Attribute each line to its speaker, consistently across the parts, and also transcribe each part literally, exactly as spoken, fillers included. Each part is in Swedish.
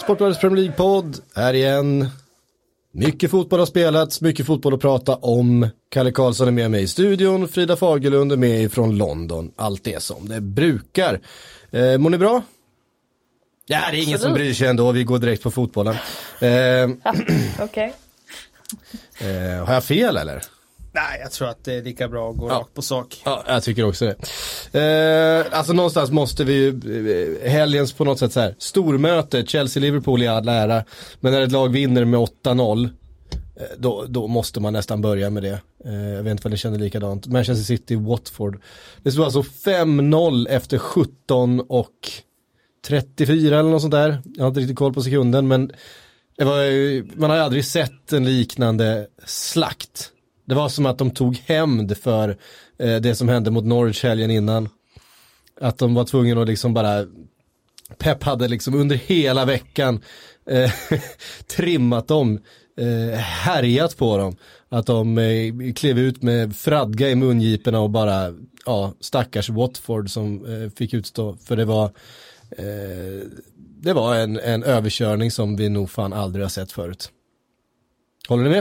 Speaker 1: Sportbladets Premier League-podd här igen. Mycket fotboll har spelats, mycket fotboll att prata om. Kalle Karlsson är med mig i studion, Frida Fagerlund är med från London. Allt det som det brukar. Eh, mår ni bra? Ja, det är ingen som bryr sig ändå, vi går direkt på fotbollen. Eh,
Speaker 2: ja, Okej.
Speaker 1: Okay. Eh, har jag fel eller?
Speaker 3: Nej, jag tror att det är lika bra att gå
Speaker 1: ja.
Speaker 3: rakt på sak.
Speaker 1: Ja, jag tycker också det. Eh, alltså någonstans måste vi ju, eh, helgens på något sätt så här, stormöte, Chelsea-Liverpool i all ära, men när ett lag vinner med åtta noll, eh, då, då måste man nästan börja med det. Eh, jag vet inte vad ni känner likadant. Manchester City, Watford. Det stod alltså fem noll efter sjutton och trettiofyra eller något sånt där. Jag har inte riktigt koll på sekunden, men det var, man har aldrig sett en liknande slakt. Det var som att de tog hämnd för eh, det som hände mot Norwich helgen innan. Att de var tvungna att liksom bara... Pep hade liksom under hela veckan eh, trimmat dem, eh, härjat på dem. Att de eh, klev ut med fradga i mungiporna och bara, ja, stackars Watford som eh, fick utstå. För det var, eh, det var en, en överkörning som vi nog fan aldrig har sett förut. Håller ni med?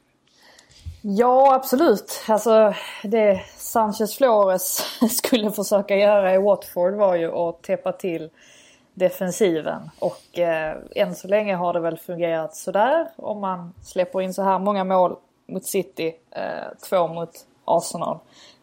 Speaker 2: Ja, absolut. Alltså, det Sanchez Flores skulle försöka göra i Watford var ju att täppa till defensiven. Och eh, än så länge har det väl fungerat sådär. Om man släpper in så här många mål mot City, eh, två mot Arsenal.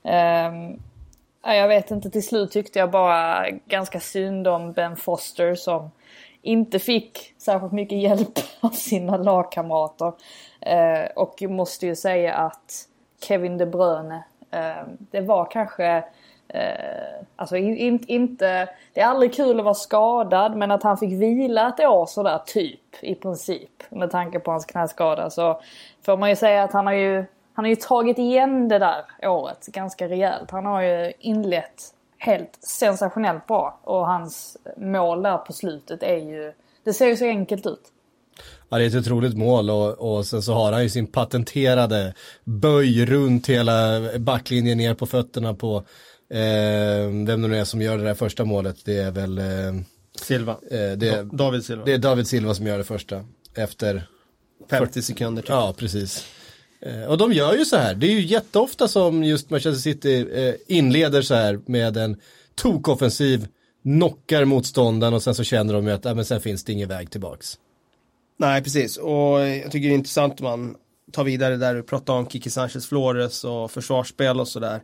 Speaker 2: Eh, jag vet inte, till slut tyckte jag bara ganska synd om Ben Foster som inte fick särskilt mycket hjälp av sina lagkamrater. Eh, och jag måste ju säga att Kevin De Bruyne, eh, det var kanske, eh, alltså in, in, inte, det är aldrig kul att vara skadad, men att han fick vila ett år sådär typ, i princip, med tanke på hans knäskada, så får man ju säga att han har ju, han har ju tagit igen det där året ganska rejält. Han har ju inlett helt sensationellt bra. Och hans mål där på slutet är ju... Det ser ju så enkelt ut.
Speaker 1: Ja, det är ett otroligt mål och, och sen så har han ju sin patenterade böj runt hela backlinjen ner på fötterna på eh, vem det nu är som gör det där första målet. Det är väl... Eh,
Speaker 3: Silva.
Speaker 1: Eh, det, är,
Speaker 3: David Silva.
Speaker 1: Det är David Silva som gör det första. Efter...
Speaker 3: femtio sekunder. Typ.
Speaker 1: Ja, precis. Eh, och de gör ju så här. Det är ju jätteofta som just Manchester City eh, inleder så här med en tokoffensiv, knockar motståndaren och sen så känner de ju att äh, men sen finns det ingen väg tillbaks.
Speaker 3: Nej, precis. Och jag tycker det är intressant om man tar vidare där du pratar om Kiki Sanchez Flores och försvarsspel och sådär.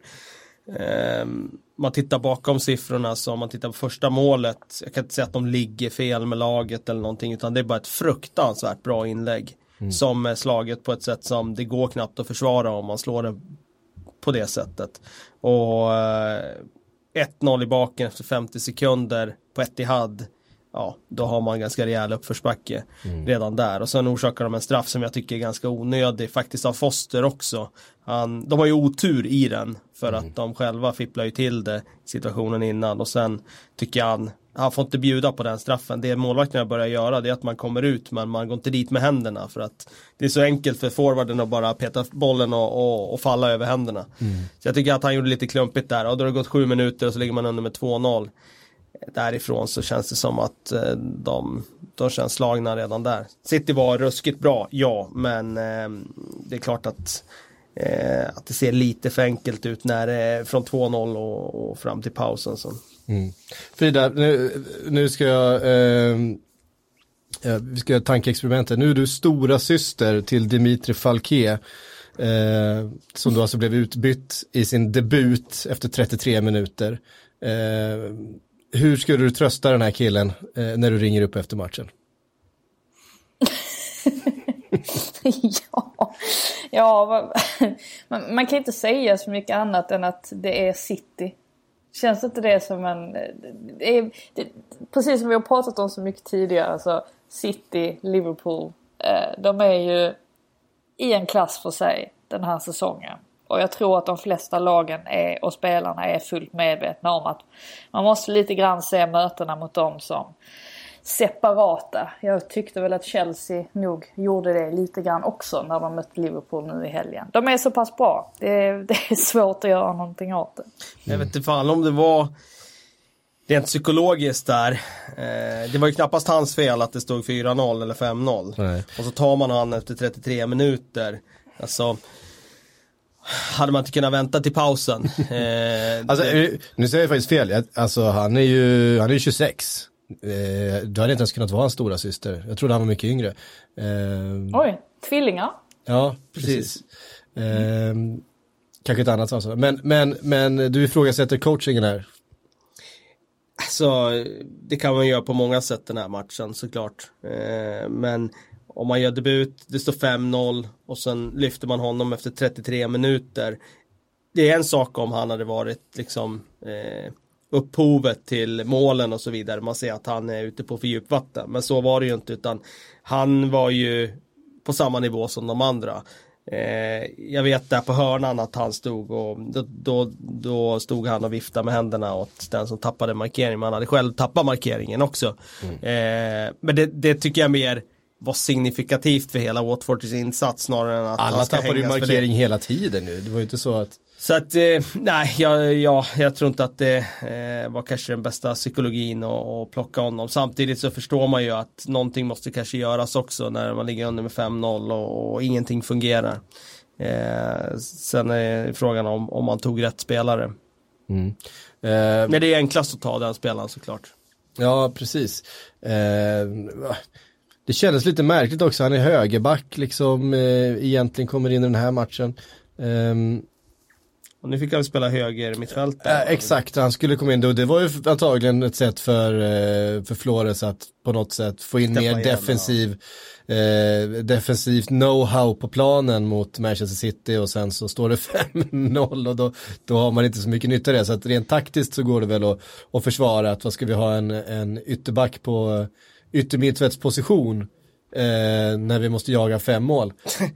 Speaker 3: Um, man tittar bakom siffrorna, så om man tittar på första målet, jag kan inte säga att de ligger fel med laget eller någonting, utan det är bara ett fruktansvärt bra inlägg. Mm. Som är slaget på ett sätt som det går knappt att försvara om man slår det på det sättet. Och uh, ett noll i baken efter femtio sekunder på Etihad, ja, då har man ganska rejäl uppförsbacke mm. redan där. Och sen orsakar de en straff som jag tycker är ganska onödig, faktiskt av Foster också. Han, de har ju otur i den för mm. att de själva fipplar ju till det situationen innan. Och sen tycker jag han, han får inte bjuda på den straffen. Det målvakterna börjar göra, det är att man kommer ut, men man går inte dit med händerna, för att det är så enkelt för forwarden att bara peta bollen och, och, och falla över händerna. Mm. Så jag tycker att han gjorde lite klumpigt där. Och då har det gått sju minuter och så ligger man under med två noll. Därifrån så känns det som att eh, de, de känns slagna redan där. City var ruskigt bra, ja, men eh, det är klart att, eh, att det ser lite för enkelt ut när det är från två noll och, och fram till pausen. Så.
Speaker 1: Mm. Frida, nu, nu ska jag eh, vi ska göra tankeexperimentet. Nu är du stora syster till Dimitri Falqué, eh, som då alltså blev utbytt i sin debut efter trettiotre minuter. Eh, hur skulle du trösta den här killen eh, när du ringer upp efter matchen?
Speaker 2: ja, ja man, man kan inte säga så mycket annat än att det är City. Känns inte det som en... Det är, det, precis som vi har pratat om så mycket tidigare, alltså City, Liverpool, eh, de är ju i en klass för sig den här säsongen. Och jag tror att de flesta lagen är, och spelarna är fullt medvetna om att man måste lite grann se mötena mot dem som separata. Jag tyckte väl att Chelsea nog gjorde det lite grann också när de mötte Liverpool nu i helgen. De är så pass bra. Det är, det är svårt att göra någonting åt det.
Speaker 3: Jag vet inte fan om det var... rent psykologiskt där, eh, det var ju knappast hans fel att det stod fyra noll eller fem noll.
Speaker 1: Nej.
Speaker 3: Och så tar man han efter trettiotre minuter. Alltså, hade man inte kunnat vänta till pausen. eh,
Speaker 1: Alltså,
Speaker 3: det...
Speaker 1: nu säger jag faktiskt fel. Alltså, han är ju han är ju tjugosex. Eh, du hade inte ens kunnat vara hans stora syster. Jag trodde han var mycket yngre. Eh,
Speaker 2: Oj, tvillingar.
Speaker 1: Ja, precis. Eh, kanske ett annat alltså. Men, men, men du ifrågasätter coachingen här.
Speaker 3: Alltså, det kan man göra på många sätt den här matchen såklart. Eh, men om man gör debut, det står fem noll och sen lyfter man honom efter trettiotre minuter. Det är en sak om han hade varit liksom eh, upphovet till målen och så vidare. Man ser att han är ute på för djupvatten. Men så var det ju inte, utan han var ju på samma nivå som de andra. Eh, jag vet där på hörnan att han stod och då, då, då stod han och viftade med händerna åt den som tappade markeringen. Man hade själv tappat markeringen också. Mm. Eh, men det, det tycker jag mer var signifikativt för hela Watfords insats snarare än att
Speaker 1: alla tappade ju markering hela tiden nu. Det var ju inte så att...
Speaker 3: Så att, eh, nej, jag, jag, jag tror inte att det eh, var kanske den bästa psykologin att, att plocka honom. Samtidigt så förstår man ju att någonting måste kanske göras också när man ligger under med fem noll och, och ingenting fungerar. Eh, sen är frågan om, om man tog rätt spelare.
Speaker 1: Mm.
Speaker 3: Eh, Men det är enklast att ta den spelaren såklart.
Speaker 1: Ja, precis. Eh, det kändes lite märkligt också. Han är högerback liksom, eh, egentligen kommer in i den här matchen. Eh,
Speaker 3: Och nu fick han spela höger mittfält.
Speaker 1: Äh, exakt, han skulle komma in då. Det var ju antagligen ett sätt för, eh, för Flores att på något sätt få in mer defensiv, eh, defensivt know-how på planen mot Manchester City och sen så står det fem noll och då, då har man inte så mycket nytta av det. Så att rent taktiskt så går det väl att, att försvara att vad ska vi ha en, en ytterback på yttermittfältsposition Eh, när vi måste jaga fem mål.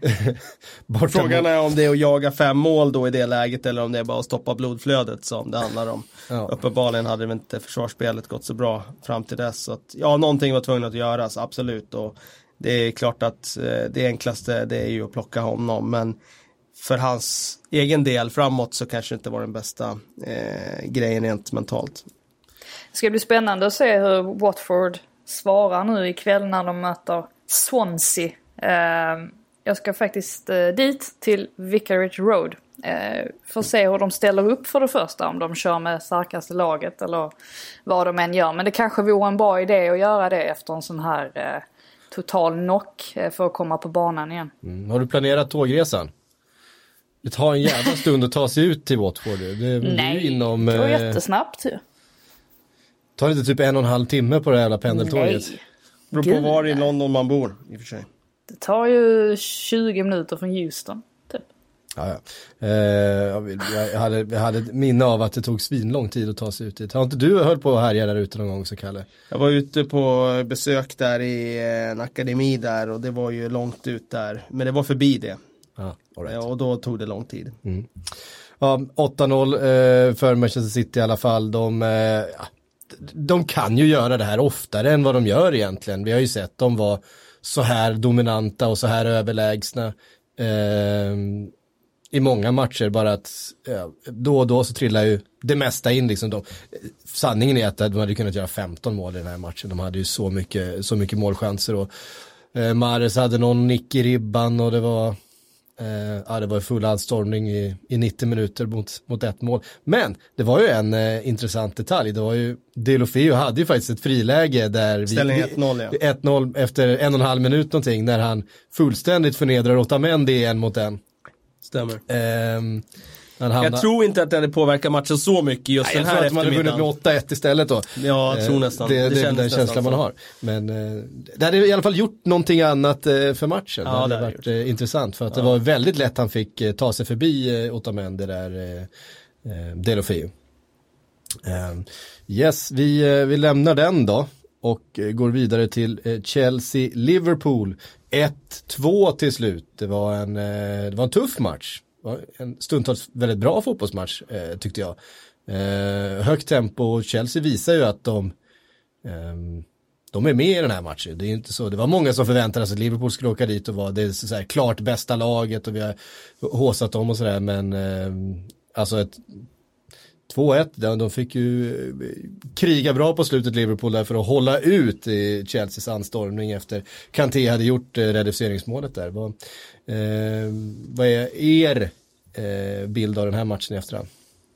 Speaker 3: Frågan är om det är att jaga fem mål då i det läget eller om det är bara att stoppa blodflödet som det handlar om. Ja. Uppenbarligen hade väl inte försvarsspelet gått så bra fram till dess. Så att, ja, någonting var tvungen att göras, absolut. Och det är klart att eh, det enklaste det är ju att plocka honom. Men för hans egen del framåt så kanske det inte var den bästa eh, grejen rent mentalt.
Speaker 2: Det ska bli spännande att se hur Watford svarar nu ikväll när de möter Swansea. Eh, jag ska faktiskt eh, dit till Vicarage Road. Eh, för att se hur de ställer upp för det första. Om de kör med starkaste laget eller vad de än gör. Men det kanske vore en bra idé att göra det efter en sån här eh, total knock eh, för att komma på banan igen.
Speaker 1: Mm. Har du planerat tågresan? Det tar en jävla stund att ta sig ut till Watford. Det, det
Speaker 2: Nej,
Speaker 1: är inom,
Speaker 2: det går
Speaker 1: eh,
Speaker 2: jättesnabbt ju.
Speaker 1: Tar det inte typ en och en halv timme på det här jävla pendeltåget?
Speaker 2: Nej.
Speaker 3: Beror på var i London man bor i och för sig.
Speaker 2: Det tar ju tjugo minuter från Houston typ.
Speaker 1: Ja, ja. Eh, jag, hade, jag hade ett minne av att det tog svinlång tid att ta sig ut dit. Har inte du höll på att härja där ute någon gång så Kalle?
Speaker 3: Jag var ute på besök där i en akademi där och det var ju långt ut där. Men det var förbi det.
Speaker 1: Ah, all right.
Speaker 3: Ja, och då tog det lång tid.
Speaker 1: Mm. Ja, åtta noll eh, för Manchester City i alla fall. De... Eh, ja. De kan ju göra det här oftare än vad de gör egentligen. Vi har ju sett dem vara så här dominanta och så här överlägsna eh, i många matcher. Bara att ja, då och då så trillar ju det mesta in. Liksom de. Sanningen är att de hade kunnat göra femton mål i den här matchen. De hade ju så mycket, så mycket målchanser. Och, eh, Mahrez hade någon nick i ribban och det var... Uh, ja, det var full anstormning i, i nittio minuter mot, mot ett mål. Men det var ju en uh, intressant detalj. Det var ju, Deulofeu hade ju faktiskt ett friläge där
Speaker 3: ställning ett noll, ja.
Speaker 1: ett noll efter en och en halv minut någonting när han fullständigt förnedrar Otamendi en mot en.
Speaker 3: Stämmer.
Speaker 1: Uh, hamnar... Jag
Speaker 3: tror inte att det hade påverkat matchen så mycket just Nej, den här eftermiddagen. Jag tror att man hade vunnit
Speaker 1: med åtta ett istället då.
Speaker 3: Ja, jag tror nästan.
Speaker 1: Det, det, det är den känslan man har. Men eh, det hade i alla fall gjort någonting annat eh, för matchen. Ja, det hade det varit eh, intressant för att ja. det var väldigt lätt han fick eh, ta sig förbi eh, Otamendi där eh, eh, Deulofeu. Eh, yes, vi, eh, vi lämnar den då och eh, går vidare till eh, Chelsea-Liverpool. ett två till slut. Det var en, eh, det var en tuff match. En stundtals väldigt bra fotbollsmatch eh, tyckte jag. Eh, högt tempo och Chelsea visar ju att de eh, de är med i den här matchen. Det är inte så. Det var många som förväntade sig att Liverpool skulle åka dit och vara det så här, klart bästa laget och vi har håsat dem och sådär, men eh, alltså ett två ett, de fick ju kriga bra på slutet Liverpool där för att hålla ut i Chelseas anstormning efter Kanté hade gjort reduceringsmålet där. Vad, eh, vad är er eh, bild av den här matchen i efterhand?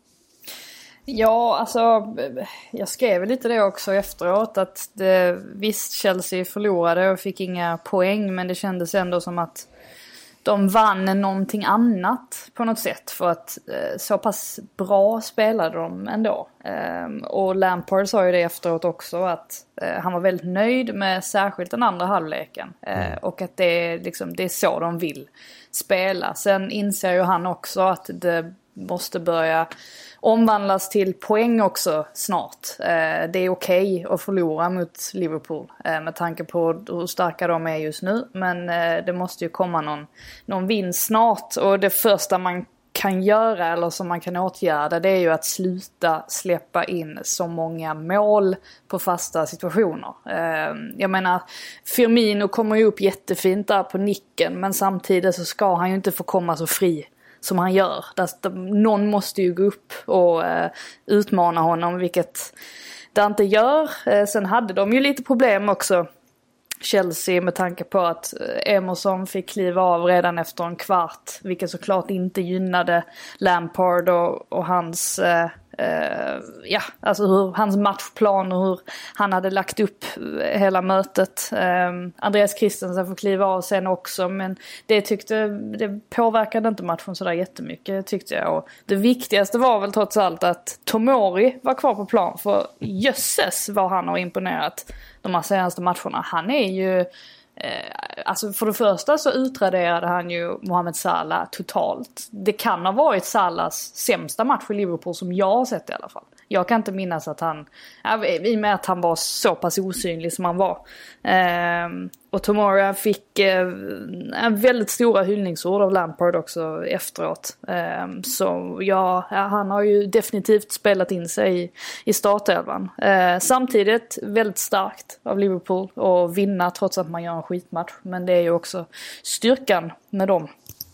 Speaker 2: Ja, alltså jag skrev lite det också efteråt att det, visst Chelsea förlorade och fick inga poäng, men det kändes ändå som att de vann någonting annat på något sätt, för att eh, så pass bra spelade de ändå. Eh, och Lampard sa ju det efteråt också, att eh, han var väldigt nöjd med särskilt den andra halvleken. Eh, mm. Och att det, liksom, det är så de vill spela. Sen inser ju han också att det måste börja omvandlas till poäng också snart. Eh, det är okej att förlora mot Liverpool eh, med tanke på hur starka de är just nu. Men eh, det måste ju komma någon, någon vinst snart. Och det första man kan göra, eller som man kan åtgärda, det är ju att sluta släppa in så många mål på fasta situationer. Eh, jag menar, Firmino kommer ju upp jättefint där på nicken, men samtidigt så ska han ju inte få komma så fri som han gör. Där, någon måste ju gå upp och eh, utmana honom, vilket det inte gör. Eh, sen hade de ju lite problem också, Chelsea, med tanke på att Emerson fick kliva av redan efter en kvart, vilket såklart inte gynnade Lampard och, och hans eh, eh, ja, alltså hur hans matchplan och hur han hade lagt upp hela mötet. Eh, Andreas Christensen får kliva av sen också, men det tyckte det påverkade inte matchen så där jättemycket, tyckte jag. Och det viktigaste var väl trots allt att Tomori var kvar på plan, för jösses vad han har imponerat de här senaste matcherna. Han är ju eh, alltså för det första så utraderade han ju Mohamed Salah totalt. Det kan ha varit Salahs sämsta match i Liverpool som jag har sett i alla fall. Jag kan inte minnas att han, i och med att han var så pass osynlig som han var. Eh, och Tomori fick eh, en väldigt stora hyllningsord av Lampard också efteråt. Eh, så ja, han har ju definitivt spelat in sig i, i startelvan. Eh, samtidigt väldigt starkt av Liverpool att vinna trots att man gör en skitmatch. Men det är ju också styrkan med dem.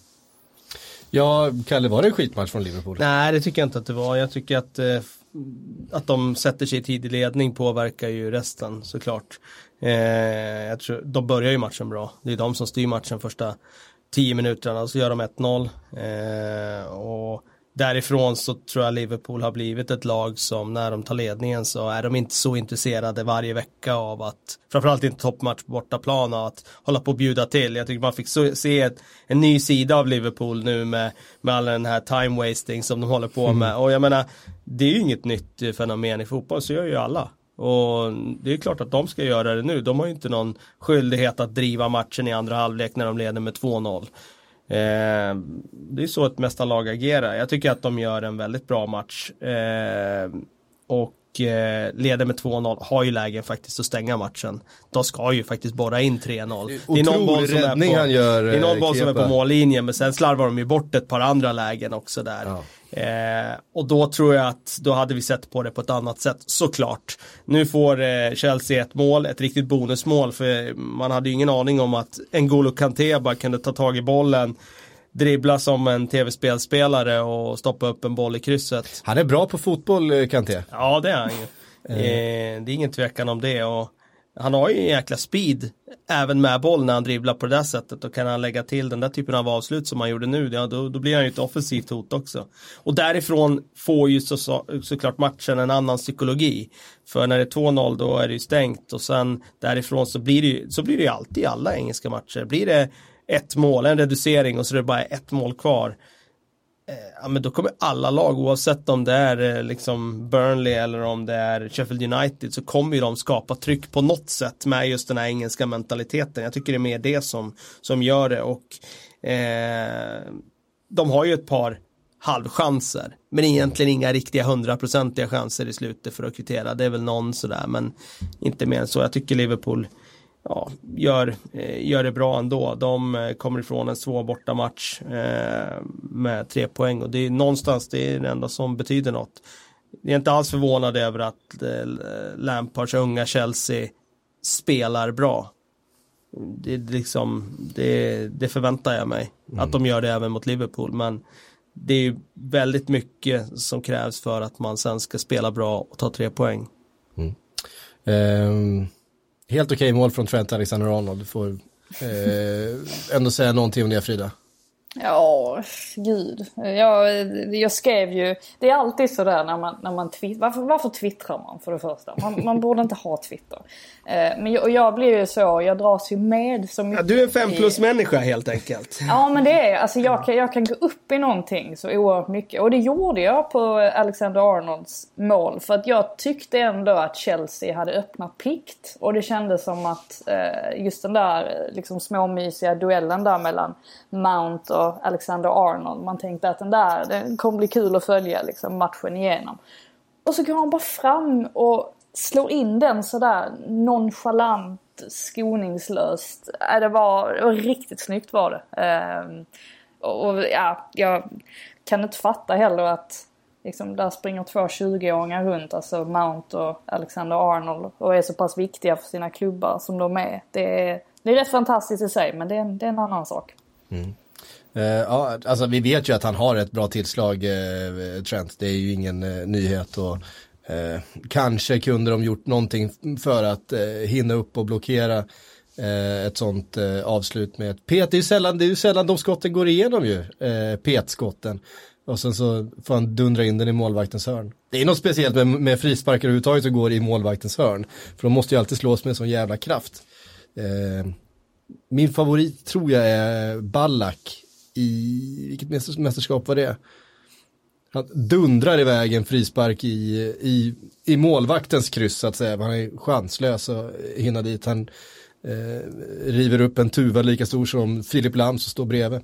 Speaker 1: Ja, Kalle, var det en skitmatch från Liverpool?
Speaker 3: Nej, det tycker jag inte att det var. Jag tycker att eh, att de sätter sig i tidig ledning påverkar ju resten, såklart. Eh, jag tror, de börjar ju matchen bra. Det är de som styr matchen första tio minuterna, och så gör de ett noll. Eh, och därifrån så tror jag Liverpool har blivit ett lag som när de tar ledningen så är de inte så intresserade varje vecka av att, framförallt inte toppmatch på bortaplan, och att hålla på och bjuda till. Jag tycker man fick så, se ett, en ny sida av Liverpool nu med, med all den här time wasting som de håller på med. Mm. Och jag menar, det är ju inget nytt fenomen i fotboll, så gör ju alla. Och det är klart att de ska göra det nu. De har ju inte någon skyldighet att driva matchen i andra halvlek när de leder med två noll. Eh, det är så att mesta lag agerar. Jag tycker att de gör en väldigt bra match eh, och eh, leder med två noll, har ju lägen faktiskt att stänga matchen. De ska ju faktiskt borra in tre noll. Det är någon boll som är på, han gör, det är någon boll som är på mållinjen, men sen slarvar de ju bort ett par andra lägen också där. Ja. Eh, och då tror jag att då hade vi sett på det på ett annat sätt, såklart. Nu får eh, Chelsea ett mål, ett riktigt bonusmål, för man hade ju ingen aning om att N'Golo Kanté bara kunde ta tag i bollen, dribbla som en tv-spelspelare och stoppa upp en boll i krysset.
Speaker 1: Han är bra på fotboll, Kanté.
Speaker 3: Ja, det är han ju. eh, det är ingen tvekan om det, och han har ju en jäkla speed även med boll när han dribblar på det där sättet, och kan han lägga till den där typen av avslut som han gjorde nu, ja, då, då blir han ju ett offensivt hot också. Och därifrån får ju så, så, såklart matchen en annan psykologi, för när det är två noll då är det ju stängt, och sen därifrån så blir det ju, så blir det ju alltid i alla engelska matcher. Blir det ett mål, en reducering, och så är det bara ett mål kvar, ja, men då kommer alla lag, oavsett om det är liksom Burnley eller om det är Sheffield United, så kommer ju de skapa tryck på något sätt med just den här engelska mentaliteten. Jag tycker det är mer det som, som gör det, och eh, de har ju ett par halvchanser, men egentligen inga riktiga hundraprocentiga chanser i slutet för att kvittera. Det är väl någon sådär, men inte mer än så. Jag tycker Liverpool ja, gör, eh, gör det bra ändå. De eh, kommer ifrån en svår bortamatch eh, med tre poäng, och det är någonstans det är det enda som betyder något. Jag är inte alls förvånad över att eh, Lampards unga Chelsea spelar bra. Det, liksom, det, det förväntar jag mig, mm. att de gör det även mot Liverpool, men det är ju väldigt mycket som krävs för att man sen ska spela bra och ta tre poäng.
Speaker 1: Mm. Um, helt okej okay mål från Trent Alexander-Arnold. Du får uh, ändå säga någonting om det, Frida.
Speaker 2: Ja, gud. Jag, jag skrev ju... Det är alltid sådär när man, när man twittrar. Varför, varför twittrar man för det första? Man, man borde inte ha Twitter. Eh, men jag, och jag blir ju så... Jag dras ju med så mycket.
Speaker 3: Ja, du är en fem plus människa helt enkelt.
Speaker 2: Ja, men det är... Alltså jag kan, jag kan gå upp i någonting så oerhört mycket. Och det gjorde jag på Alexander Arnolds mål. För att jag tyckte ändå att Chelsea hade öppnat plikt. Och det kändes som att eh, just den där liksom småmysiga duellen där mellan Mount och Alexander Arnold. Man tänkte att den där, det kommer bli kul att följa liksom matchen igenom. Och så går han bara fram och slår in den sådär nonchalant, skoningslöst. Äh, det, var, det var riktigt snyggt var det. Ehm, och ja, jag kan inte fatta heller att liksom, där springer två tjugo-åringar runt, alltså Mount och Alexander Arnold, och är så pass viktiga för sina klubbar som de är. Det är, det är rätt fantastiskt i sig, men det är, det är en annan sak.
Speaker 1: Mm. Uh, ja, alltså vi vet ju att han har ett bra tillslag, uh, Trent. Det är ju ingen uh, nyhet och uh, kanske kunde de gjort någonting för att uh, hinna upp och blockera uh, ett sånt uh, avslut med ett pet. Det är ju sällan, det är ju sällan de skotten går igenom ju, uh, petskotten. Och sen så får han dundra in den i målvaktens hörn. Det är något speciellt med, med frisparkar överhuvudtaget som går i målvaktens hörn. För de måste ju alltid slås med sån jävla kraft. Uh, min favorit tror jag är Ballack. I vilket mästerskap var det? Han dundrar iväg en frispark i, i, i målvaktens kryss så att säga. Han är chanslös att hinna dit. Han eh, river upp en tuva lika stor som Filip Lam som står bredvid.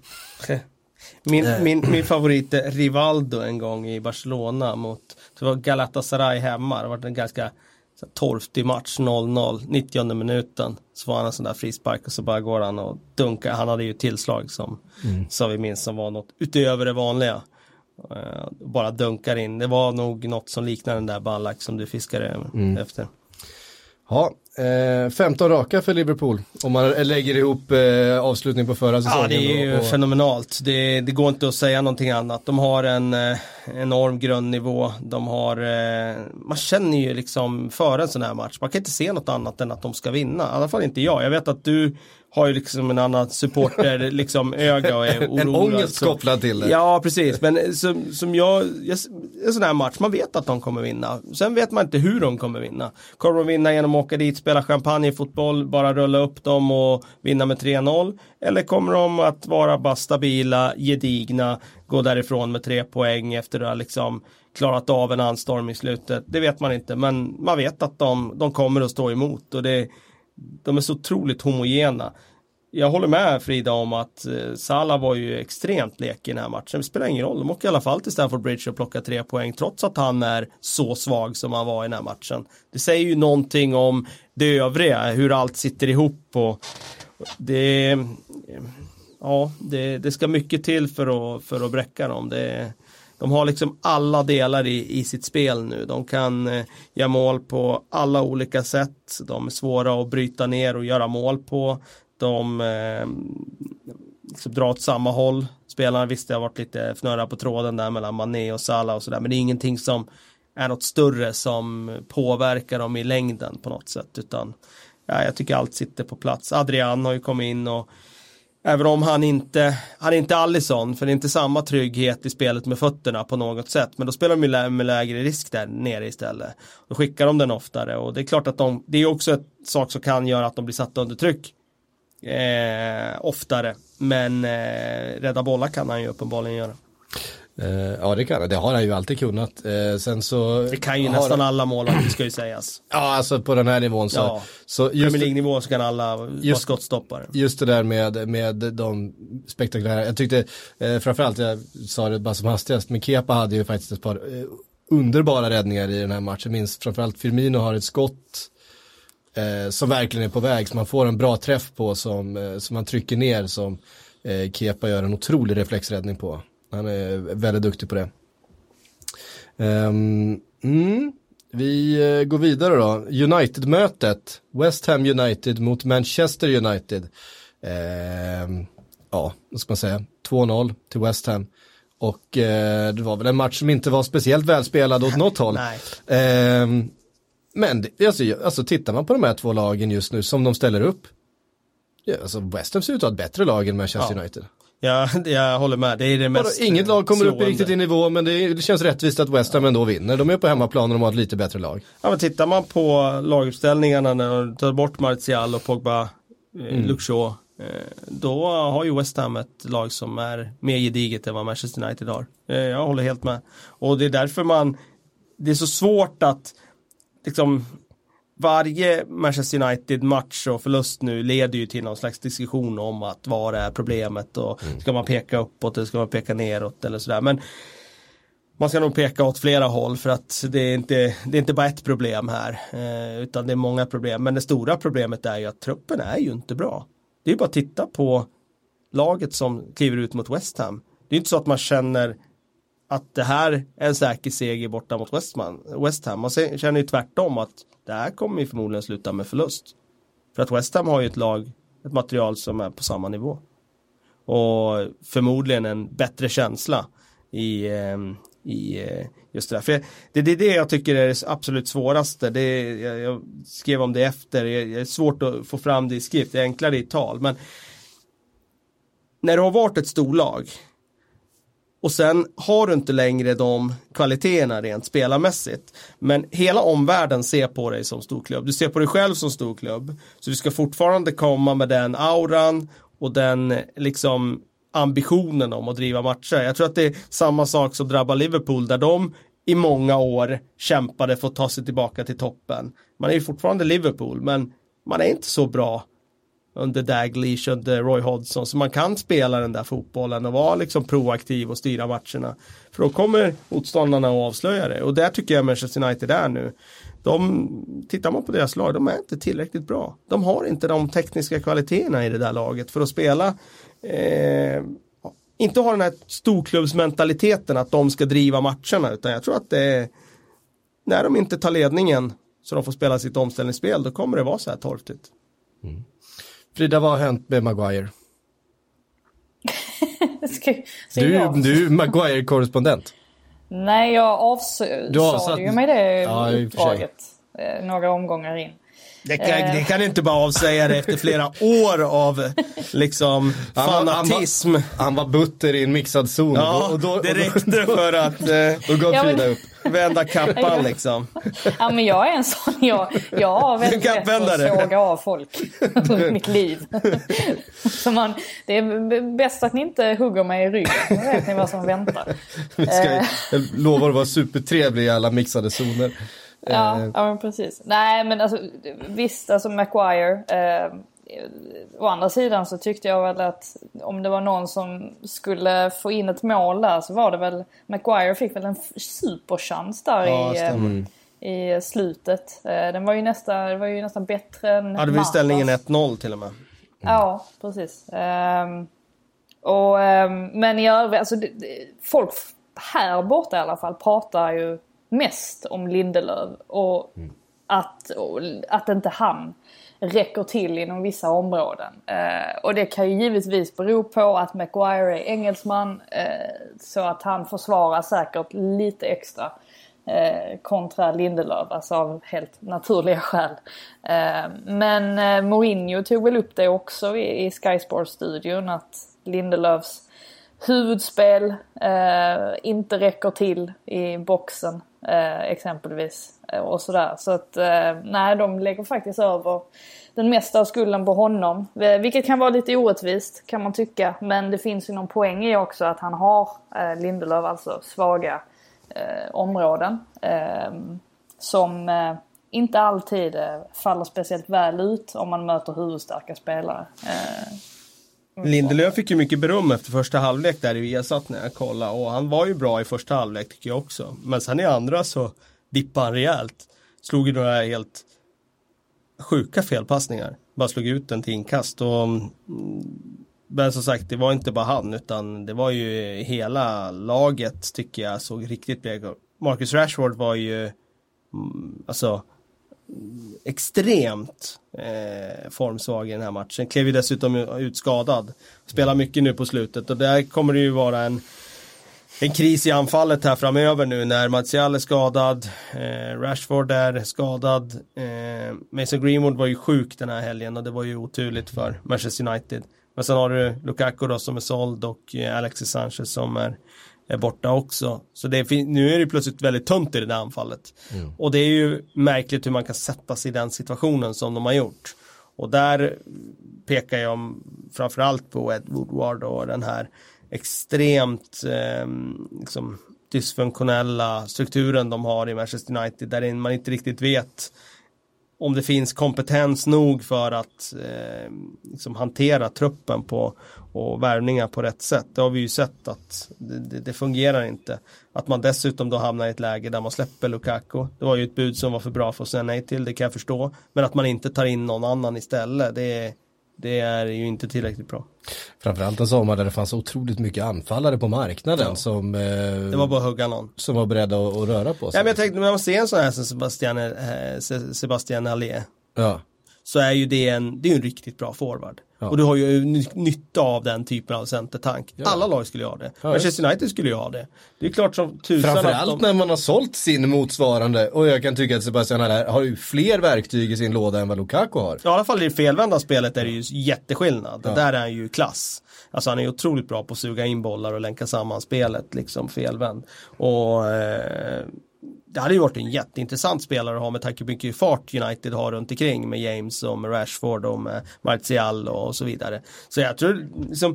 Speaker 3: Min, äh. min, min favorit är Rivaldo en gång i Barcelona mot, det var Galatasaray hemma. Det var en ganska torftig match, noll noll, nittionde minuten, så var han en sån där frispark och så bara går han och dunkar. Han hade ju tillslag som, mm. som vi minns som var något utöver det vanliga. Uh, bara dunkar in. Det var nog något som liknar den där Ballack som du fiskade mm. efter.
Speaker 1: Ja, eh, femton raka för Liverpool. Om man lägger ihop eh, avslutning på förra säsongen.
Speaker 3: Ja, det är ju och, och... fenomenalt. Det, det går inte att säga någonting annat. De har en eh, enorm grundnivå. De har, eh, man känner ju liksom för en sån här match. Man kan inte se något annat än att de ska vinna. I alla fall inte jag. Jag vet att du har ju liksom en annan supporter liksom öga och är orolig.
Speaker 1: En ångest kopplad till det.
Speaker 3: Ja, precis. Men som, som jag, jag, en sån här match, man vet att de kommer vinna. Sen vet man inte hur de kommer vinna. Kommer de vinna genom att åka dit, spela champagne i fotboll, bara rulla upp dem och vinna med tre noll? Eller kommer de att vara bara stabila, gedigna, gå därifrån med tre poäng efter att ha liksom klarat av en anstorm i slutet? Det vet man inte, men man vet att de, de kommer att stå emot och det de är så otroligt homogena. Jag håller med Frida om att eh, Salah var ju extremt lek i den här matchen. Det spelar ingen roll. De åker i alla fall till Stamford Bridge och plockar tre poäng trots att han är så svag som han var i den här matchen. Det säger ju någonting om det övriga, hur allt sitter ihop och det ja, det, det ska mycket till för att, för att bräcka dem. Det De har liksom alla delar i, i sitt spel nu. De kan eh, göra mål på alla olika sätt. De är svåra att bryta ner och göra mål på. De eh, liksom drar åt samma håll. Spelarna visste jag har varit lite fnöra på tråden där mellan Mané och Salah och sådär. Men det är ingenting som är något större som påverkar dem i längden på något sätt. Utan ja, jag tycker allt sitter på plats. Adrian har ju kommit in och även om han inte, han är inte Alisson, för det är inte samma trygghet i spelet med fötterna på något sätt. Men då spelar de med, med lägre risk där nere istället. Då skickar de den oftare och det är klart att de, det är också ett sak som kan göra att de blir satta under tryck eh, oftare. Men eh, rädda bollar kan han ju uppenbarligen göra.
Speaker 1: Uh, ja, det kan det. Det har han ju alltid kunnat. Uh, sen så
Speaker 3: det kan ju nästan han... alla målvakter, ska ju sägas.
Speaker 1: Ja, alltså på den här nivån så.
Speaker 3: Ja,
Speaker 1: så just
Speaker 3: Premier League-nivå så kan alla vara skottstoppare.
Speaker 1: Just det där med, med de spektakulära. Jag tyckte uh, framförallt, jag sa det bara som hastigast, men Kepa hade ju faktiskt ett par uh, underbara räddningar i den här matchen. Minst framförallt Firmino har ett skott uh, som verkligen är på väg. Som man får en bra träff på, som, uh, som man trycker ner, som uh, Kepa gör en otrolig reflexräddning på. Han är väldigt duktig på det. Um, mm, vi uh, går vidare då. United-mötet. West Ham United mot Manchester United. Um, ja, vad ska man säga? två noll till West Ham. Och eh, det var väl en match som inte var speciellt välspelad åt något håll. Eh, men det, alltså, alltså tittar man på de här två lagen just nu som de ställer upp. Ja, alltså West Ham ser ut att ha ett bättre lag än Manchester ja. United.
Speaker 3: Ja, jag håller med. Det är det mest
Speaker 1: inget lag kommer
Speaker 3: slående.
Speaker 1: upp riktigt i nivå, men det, det känns rättvist att West Ham ändå vinner. De är på hemmaplan och de har ett lite bättre lag.
Speaker 3: Ja, men tittar man på laguppställningarna när de tar bort Martial och Pogba, eh, mm. Luke Shaw, eh, då har ju West Ham ett lag som är mer gediget än vad Manchester United har. Eh, jag håller helt med. Och det är därför man, det är så svårt att liksom varje Manchester United-match och förlust nu leder ju till någon slags diskussion om att vad är problemet och mm. ska man peka uppåt eller ska man peka neråt eller sådär. Men man ska nog peka åt flera håll för att det är inte, det är inte bara ett problem här eh, utan det är många problem. Men det stora problemet är ju att truppen är ju inte bra. Det är ju bara att titta på laget som kliver ut mot West Ham. Det är inte så att man känner att det här är en säker seger borta mot West Ham. West Ham. Man känner ju tvärtom att det här kommer ju förmodligen sluta med förlust. För att West Ham har ju ett lag, ett material som är på samma nivå. Och förmodligen en bättre känsla i, i just det där. För det, det är det jag tycker är det absolut svåraste. Det är, jag, jag skrev om det efter. Det är svårt att få fram det i skrift. Det är enklare i tal. Men när du har varit ett storlag och sen har du inte längre de kvaliteterna rent spelarmässigt. Men hela omvärlden ser på dig som storklubb. Du ser på dig själv som storklubb. Så du ska fortfarande komma med den auran och den liksom ambitionen om att driva matcher. Jag tror att det är samma sak som drabbar Liverpool där de i många år kämpade för att ta sig tillbaka till toppen. Man är ju fortfarande Liverpool men man är inte så bra under Dalglish, under Roy Hodgson, så man kan spela den där fotbollen och vara liksom proaktiv och styra matcherna. För då kommer motståndarna att avslöja det. Och där tycker jag Manchester United är nu. De, tittar man på deras lag, de är inte tillräckligt bra. De har inte de tekniska kvaliteterna i det där laget för att spela. Eh, inte ha den här storklubbsmentaliteten att de ska driva matcherna, utan jag tror att det är, när de inte tar ledningen så de får spela sitt omställningsspel, då kommer det vara så här torftigt.
Speaker 1: Mm. Frida, vad har hänt med Maguire?
Speaker 2: ska, ska
Speaker 1: du,
Speaker 2: jag?
Speaker 1: du är Maguire-korrespondent.
Speaker 2: Nej, jag avsade ju mig det
Speaker 1: ja,
Speaker 2: uppdraget eh, några omgångar in.
Speaker 3: Det kan, eh. det kan inte bara avsäga det efter flera år av liksom fanatism.
Speaker 1: Han var, han var butter i en mixad zon.
Speaker 3: Ja, och då, det räckte för att eh,
Speaker 1: och gav
Speaker 2: ja,
Speaker 1: Frida upp.
Speaker 3: Vända kappan liksom.
Speaker 2: Ja, men jag är en sån, jag, jag har väldigt lätt att såga av folk i mitt liv. Så man, det är bäst att ni inte hugger mig i ryggen. Nu vet ni vad som väntar.
Speaker 1: Ska, jag lovar att vara supertrevlig i alla mixade zoner.
Speaker 2: Ja, ja men precis. Nej, men alltså, visst, alltså Maguire. Eh, å andra sidan så tyckte jag väl att om det var någon som skulle få in ett mål där så var det väl Maguire fick väl en superchans där ja, i, eh, i slutet. Eh, den var ju nästan, det var ju nästan bättre än
Speaker 3: ja, det var ställningen ett noll till och med. Mm.
Speaker 2: Ja, precis. Eh, och, eh, men i övrigt, alltså, det, folk här borta i alla fall pratar ju mest om Lindelöf och mm. att, och, att inte han räcker till inom vissa områden. Eh, och det kan ju givetvis bero på att Maguire är engelsman eh, så att han försvarar säkert lite extra eh, kontra Lindelöf, alltså av helt naturliga skäl. Eh, men eh, Mourinho tog väl upp det också i, i Sky Sports-studion att Lindelöfs huvudspel eh, inte räcker till i boxen eh, exempelvis eh, och sådär. Så att eh, nej, de lägger faktiskt över den mesta av skulden på honom, eh, vilket kan vara lite orättvist kan man tycka, men det finns ju någon poäng i också att han har eh, Lindelöf, alltså svaga eh, områden eh, som eh, inte alltid eh, faller speciellt väl ut om man möter huvudstarka spelare. Eh,
Speaker 3: Lindelöf fick ju mycket beröm efter första halvlek där i Viasat när jag kollade. Och han var ju bra i första halvlek tycker jag också. Men sen i andra så dippade han rejält. Slog ju några helt sjuka felpassningar. Bara slog ut den till inkast. Och, men som sagt, det var inte bara han utan det var ju hela laget tycker jag såg riktigt bra. Marcus Rashford var ju alltså extremt eh, formsvag i den här matchen. Klev ju dessutom ut skadad. Spelar mycket nu på slutet och där kommer det ju vara en en kris i anfallet här framöver nu när Martial är skadad, eh, Rashford är skadad, eh, Mason Greenwood var ju sjuk den här helgen och det var ju oturligt för Manchester United. Men sen har du Lukaku då som är såld och eh, Alexis Sanchez som är, är borta också. Så det är, nu är det plötsligt väldigt tunt i det där anfallet. Mm. Och det är ju märkligt hur man kan sätta sig i den situationen som de har gjort. Och där pekar jag framförallt på Ed Woodward och den här extremt eh, liksom, dysfunktionella strukturen de har i Manchester United där man inte riktigt vet om det finns kompetens nog för att eh, liksom hantera truppen på, och värvningar på rätt sätt. Det har vi ju sett att det, det, det fungerar inte. Att man dessutom då hamnar i ett läge där man släpper Lukaku. Det var ju ett bud som var för bra för att säga nej till, det kan jag förstå. Men att man inte tar in någon annan istället, det är, det är ju inte tillräckligt bra.
Speaker 1: Framförallt en sommar där det fanns otroligt mycket anfallare på marknaden ja. som eh,
Speaker 3: det var bara att hugga någon.
Speaker 1: Som var beredda att, att röra på sig.
Speaker 3: Ja, men jag tänkte, när man ser en sån här som Sebastian, eh, Sebastian Haller
Speaker 1: ja.
Speaker 3: så är ju det en, det är en riktigt bra forward. Ja. Och du har ju nytta av den typen av centertank. Ja. Alla lag skulle ju ha det. Ja, Manchester United skulle ju ha det. Det är klart som tusan.
Speaker 1: Framförallt de... när man har sålt sin motsvarande. Och jag kan tycka att Sebastian Haller har ju fler verktyg i sin låda än vad Lukaku har.
Speaker 3: Ja, i alla fall i det felvända spelet är det ju jätteskillnad. Ja. Där är han ju klass. Alltså han är ju otroligt bra på att suga in bollar och länka samman spelet liksom felvänd. Och eh, det hade ju varit en jätteintressant spelare att ha med tanke på hur mycket fart United har runt omkring med James och med Rashford och med Martial och så vidare. Så jag tror liksom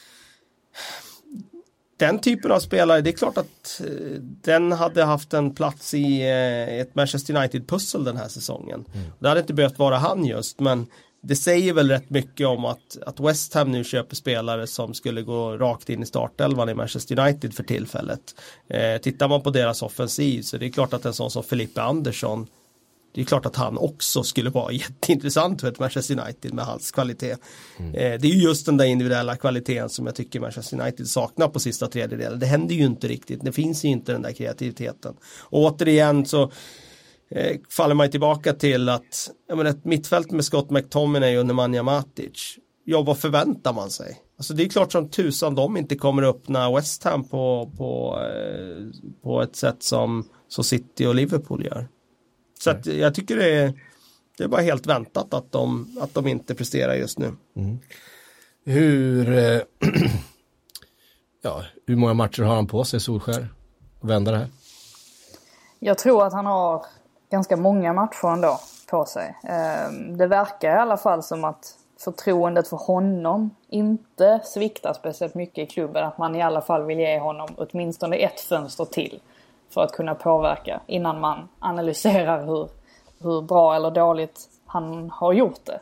Speaker 3: den typen av spelare, det är klart att eh, den hade haft en plats i eh, ett Manchester United-pussel den här säsongen. Mm. Det hade inte behövt vara han just, men det säger väl rätt mycket om att, att West Ham nu köper spelare som skulle gå rakt in i startelvan i Manchester United för tillfället. Eh, tittar man på deras offensiv så det är klart att en sån som Felipe Andersson, det är klart att han också skulle vara jätteintressant för ett Manchester United med hans kvalitet. Mm. Eh, det är ju just den där individuella kvaliteten som jag tycker Manchester United saknar på sista tredjedelen. Det händer ju inte riktigt, det finns ju inte den där kreativiteten. Och återigen så Eh, faller man tillbaka till att jag menar, ett mittfält med Scott McTominay och Nemanja Matic, ja, vad förväntar man sig? Alltså det är klart som tusan de inte kommer att öppna West Ham på, på, eh, på ett sätt som så City och Liverpool gör. Så att jag tycker det är, det är bara helt väntat att de, att de inte presterar just nu.
Speaker 1: Mm. Hur eh, ja, hur många matcher har han på sig, Solskär, att vända det här?
Speaker 2: Jag tror att han har ganska många matcher ändå på sig. Det verkar i alla fall som att förtroendet för honom inte sviktar speciellt mycket i klubben. Att man i alla fall vill ge honom åtminstone ett fönster till för att kunna påverka innan man analyserar hur, hur bra eller dåligt han har gjort det.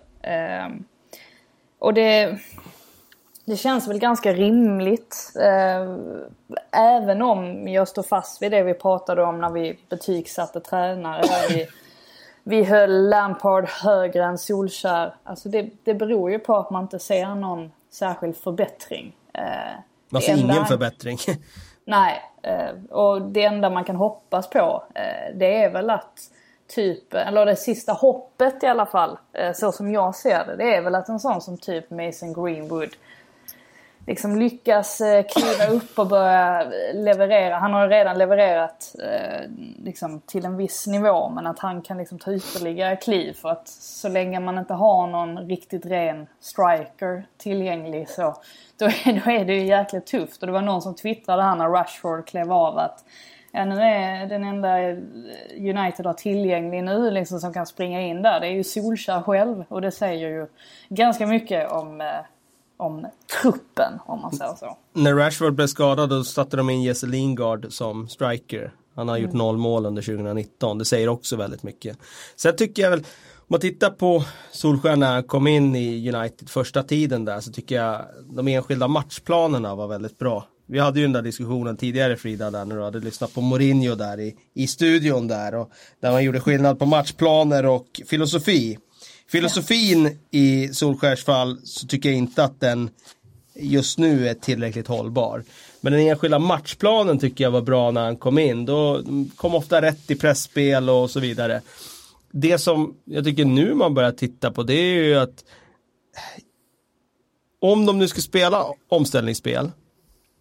Speaker 2: Och det... Det känns väl ganska rimligt, eh, även om jag står fast vid det vi pratade om när vi betygsatte tränare. Vi, vi höll Lampard högre än Solskär. Alltså det, det beror ju på att man inte ser någon särskild förbättring. Eh,
Speaker 3: alltså ingen han... förbättring?
Speaker 2: Nej, eh, och det enda man kan hoppas på eh, det är väl att typ, eller det sista hoppet i alla fall, eh, så som jag ser det, det är väl att en sån som typ Mason Greenwood liksom lyckas eh, kliva upp och börja leverera. Han har redan levererat eh, liksom till en viss nivå, men att han kan liksom ta ytterligare kliv, för att så länge man inte har någon riktigt ren striker tillgänglig så då är, då är det ju jäkligt tufft. Och det var någon som twittrade här när Rashford klev av att ja, nu är den enda United har tillgänglig nu liksom, som kan springa in där, det är ju Solskär själv, och det säger ju ganska mycket om eh, om truppen, om man säger så.
Speaker 3: När Rashford blev skadad då satte de in Jesse Lingard som striker. Han har mm. gjort noll mål under tjugonitton. Det säger också väldigt mycket. Sen tycker jag väl, om man tittar på Solskär när han kom in i United första tiden där, så tycker jag de enskilda matchplanerna var väldigt bra. Vi hade ju den där diskussionen tidigare, Frida, där när du hade lyssnat på Mourinho där i, i studion där, och där man gjorde skillnad på matchplaner och filosofi. Filosofin i Solskärs fall så tycker jag inte att den just nu är tillräckligt hållbar. Men den enskilda matchplanen tycker jag var bra när han kom in. Då kom ofta rätt i pressspel och så vidare. Det som jag tycker nu man börjar titta på, det är ju att om de nu ska spela omställningsspel,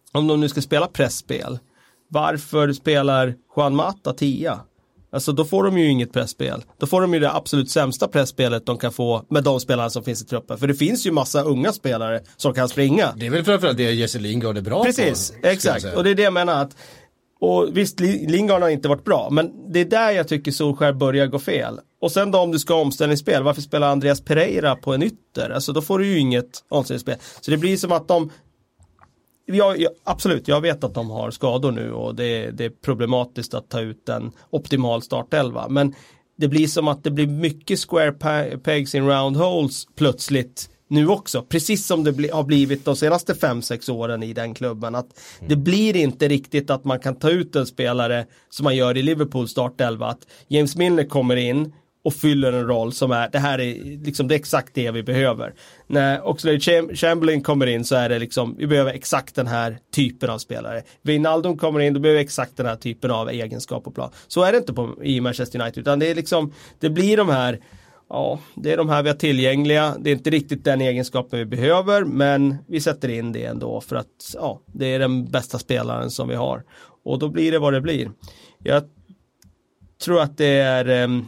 Speaker 3: om de nu ska spela pressspel, varför spelar Juan Mata tia? Alltså då får de ju inget pressspel. Då får de ju det absolut sämsta pressspelet de kan få med de spelarna som finns i truppen. För det finns ju massa unga spelare som kan springa.
Speaker 1: Det är väl framförallt det Jesse Lingard är bra
Speaker 3: Precis,
Speaker 1: på. Precis,
Speaker 3: exakt. Och det är det jag menar att, och visst, Lingard har inte varit bra, men det är där jag tycker Solskär börjar gå fel. Och sen då om du ska ha omställningsspel, varför spelar Andreas Pereira på en ytter? Alltså då får du ju inget omställningsspel. Så det blir som att de Ja, ja, absolut, jag vet att de har skador nu och det, det är problematiskt att ta ut en optimal startelva. Men det blir som att det blir mycket square pegs in round holes plötsligt nu också. Precis som det bli, har blivit de senaste fem sex åren i den klubben. Att mm. det blir inte riktigt att man kan ta ut en spelare som man gör i Liverpool startelva. Att James Milner kommer in och fyller en roll som är, det här är liksom det är exakt det vi behöver. När Oxlade Chamberlain kommer in så är det liksom, vi behöver exakt den här typen av spelare. Wijnaldum kommer in, då behöver vi exakt den här typen av egenskap och plan. Så är det inte på, i Manchester United, utan det är liksom, det blir de här, ja, det är de här vi har tillgängliga. Det är inte riktigt den egenskapen vi behöver, men vi sätter in det ändå för att, ja, det är den bästa spelaren som vi har. Och då blir det vad det blir. Jag tror att det är um,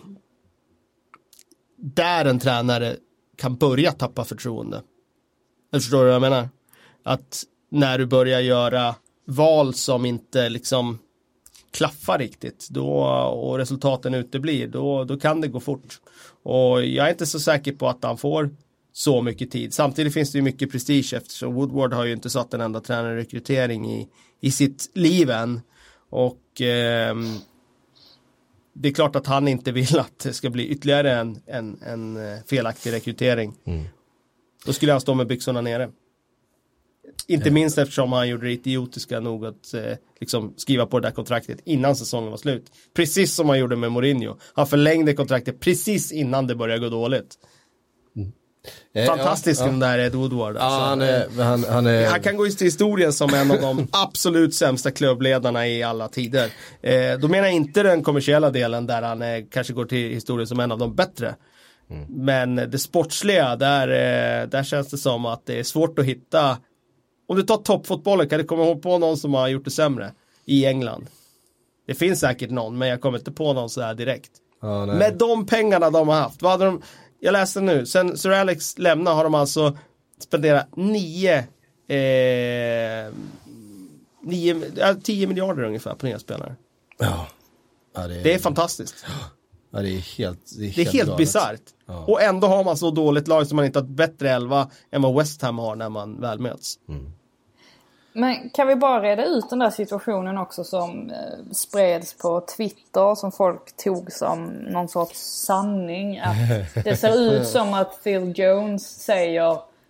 Speaker 3: där en tränare kan börja tappa förtroende. Jag förstår du vad jag menar? Att när du börjar göra val som inte liksom klaffar riktigt då, och resultaten uteblir, då, då kan det gå fort. Och jag är inte så säker på att han får så mycket tid. Samtidigt finns det ju mycket prestige eftersom Woodward har ju inte satt en enda tränarrekrytering i, i sitt liv än. Och eh, det är klart att han inte vill att det ska bli ytterligare en, en, en felaktig rekrytering. Mm. Då skulle han stå med byxorna nere. Inte mm. minst eftersom han gjorde det idiotiska nog att eh, liksom skriva på det där kontraktet innan säsongen var slut. Precis som han gjorde med Mourinho. Han förlängde kontraktet precis innan det började gå dåligt. Mm. Fantastisk ja, ja. Den där Ed Woodward. Alltså.
Speaker 1: Ja, han, är, han, han, är...
Speaker 3: han kan gå till historien som en av de absolut sämsta klubbledarna i alla tider. Eh, då menar jag inte den kommersiella delen där han eh, kanske går till historien som en av de bättre. Mm. Men det sportsliga, där, eh, där känns det som att det är svårt att hitta. Om du tar toppfotbollen, kan du komma ihåg på någon som har gjort det sämre i England? Det finns säkert någon, men jag kommer inte på någon så här direkt. Oh, med de pengarna de har haft, vad hade de... Jag läste nu, sen Sir Alex lämnar har de alltså spenderat nio, eh, nio, tio miljarder ungefär på nya spelare.
Speaker 1: Ja. Ja, det, är,
Speaker 3: det är fantastiskt.
Speaker 1: Ja, det är helt Det är helt,
Speaker 3: det är helt bisarrt. Ja. Och ändå har man så dåligt lag som man inte har ett bättre elva än vad West Ham har när man väl möts. Mm.
Speaker 2: Men kan vi bara reda ut den där situationen också som eh, spreds på Twitter som folk tog som någon sorts sanning, att det ser ut som att Phil Jones säger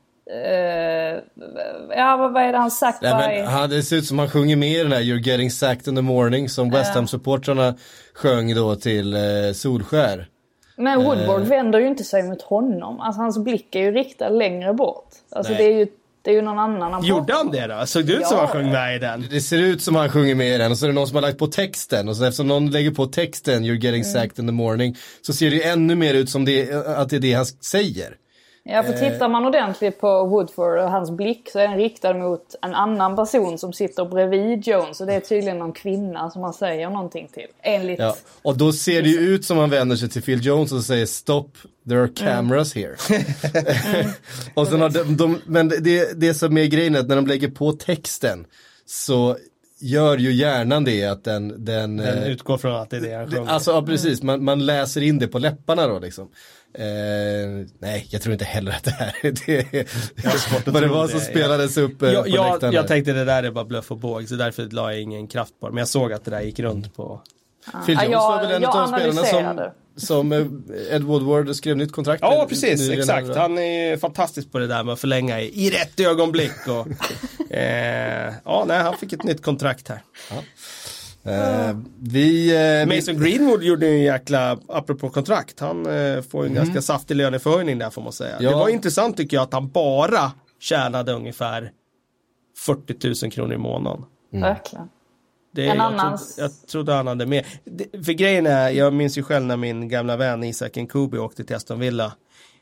Speaker 2: eh, ja vad är det han sagt?
Speaker 1: Ja, men, han, det ser ut som han sjunger med i den här You're getting sacked in the morning som West Ham-supportrarna sjöng då till eh, Solskär.
Speaker 2: Men Woodward eh. vänder ju inte sig mot honom, alltså hans blick är ju riktad längre bort, alltså Nej. det är ju Det är ju någon annan han
Speaker 3: Gjorde han det då? Såg det ut ja. som han sjöng med i den?
Speaker 1: Det ser ut som han sjunger med i den. Och så är det någon som har lagt på texten. Och så eftersom någon lägger på texten You're getting mm. sacked in the morning, så ser det ju ännu mer ut som det, att det är det han säger.
Speaker 2: Ja, för tittar man ordentligt på Woodford och hans blick så är den riktad mot en annan person som sitter bredvid Jones. Och det är tydligen någon kvinna som han säger någonting till. Enligt...
Speaker 1: Ja, och då ser det ju ut som han vänder sig till Phil Jones och säger stop, there are cameras mm. here. mm. och sen har de, de, men det, det som är grejen är att när de lägger på texten så gör ju hjärnan det att den... Den,
Speaker 3: den utgår från att det är det han sjunger.
Speaker 1: Alltså ja, precis, man, man läser in det på läpparna då liksom. Eh, nej, jag tror inte heller att det här det är vad det var som det. spelades upp eh,
Speaker 3: jag,
Speaker 1: på
Speaker 3: jag, jag tänkte det där är bara bluff och båg, så därför la jag ingen kraft på det. Men jag såg att det där gick runt på...
Speaker 2: Ah.
Speaker 1: Phil Jones var väl en av spelarna som, som
Speaker 2: eh,
Speaker 1: Ed Woodward skrev nytt kontrakt.
Speaker 3: Ja, precis, exakt. Han är fantastisk på det där med att förlänga i, i rätt ögonblick. Och, eh, ja, nej, han fick ett nytt kontrakt här. Ja.
Speaker 1: Uh, vi, uh,
Speaker 3: Mason Greenwood gjorde en jäkla, apropå kontrakt, han uh, får en mm. ganska saftig löneförhöjning där får man säga. Ja. Det var intressant tycker jag att han bara tjänade ungefär fyrtio tusen kronor i månaden.
Speaker 2: Mm. Verkligen.
Speaker 3: Det, en jag, annans... trodde, jag trodde han hade med. Det, för grejen är, jag minns ju själv när min gamla vän Isak Nkubi åkte till Aston Villa.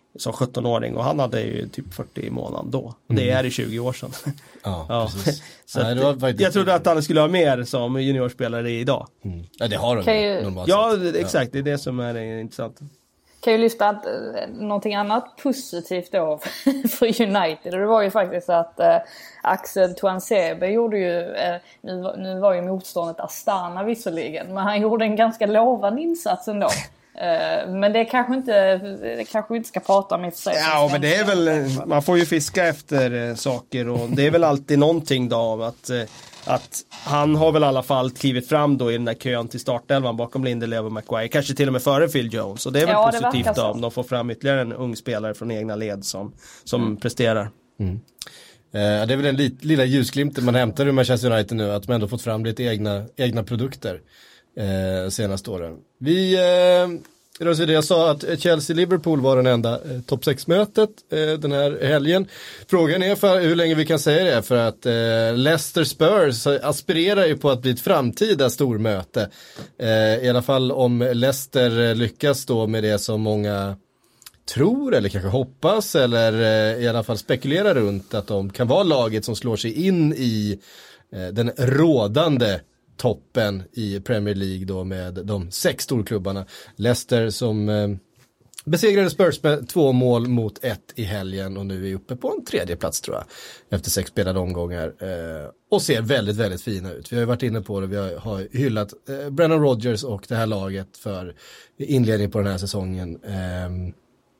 Speaker 3: som sjuttonåring och han hade ju typ fyrtio i månaden då. Och det är i tjugo år sedan.
Speaker 1: Ja, ja. Precis.
Speaker 3: Så
Speaker 1: Nej, det var faktiskt...
Speaker 3: Jag trodde att han skulle ha mer som juniorspelare idag.
Speaker 1: Mm. Ja, det har de
Speaker 2: kan
Speaker 1: ju,
Speaker 2: ju...
Speaker 1: normalt
Speaker 3: Ja,
Speaker 1: sett.
Speaker 3: exakt. Det är det som är intressant.
Speaker 2: Kan ju lyfta att, eh, någonting annat positivt då för United. Och det var ju faktiskt att eh, Axel Tuanzebe gjorde ju, eh, nu, nu var ju motståndet Astana visserligen, men han gjorde en ganska lovande insats ändå. Eh, men det kanske inte, det kanske vi inte ska prata om i och för sig.
Speaker 3: Ja, men det är väl, man får ju fiska efter eh, saker och det är väl alltid någonting då av att eh, att han har väl i alla fall klivit fram då i den där kön till startelvan bakom Lindelöf och Maguire, kanske till och med före Phil Jones, och det är väl
Speaker 2: ja,
Speaker 3: positivt då, om de får fram ytterligare en ung spelare från egna led som, som mm. presterar.
Speaker 1: Mm. Eh, det är väl den li- lilla ljusglimten man hämtar ur Manchester United nu, att de ändå fått fram lite egna, egna produkter eh, senaste åren. Vi eh, jag sa att Chelsea-Liverpool var den enda eh, topp sex-mötet eh, den här helgen. Frågan är för hur länge vi kan säga det, för att eh, Leicester Spurs aspirerar ju på att bli ett framtida stormöte. Eh, I alla fall om Leicester lyckas då med det som många tror eller kanske hoppas eller eh, i alla fall spekulerar runt, att de kan vara laget som slår sig in i eh, den rådande toppen i Premier League då med de sex storklubbarna. Leicester som eh, besegrade Spurs med två mål mot ett i helgen och nu är uppe på en tredje plats tror jag efter sex spelade omgångar eh, och ser väldigt, väldigt fina ut. Vi har ju varit inne på det, vi har, har hyllat eh, Brennan Rodgers och det här laget för inledning på den här säsongen. Eh,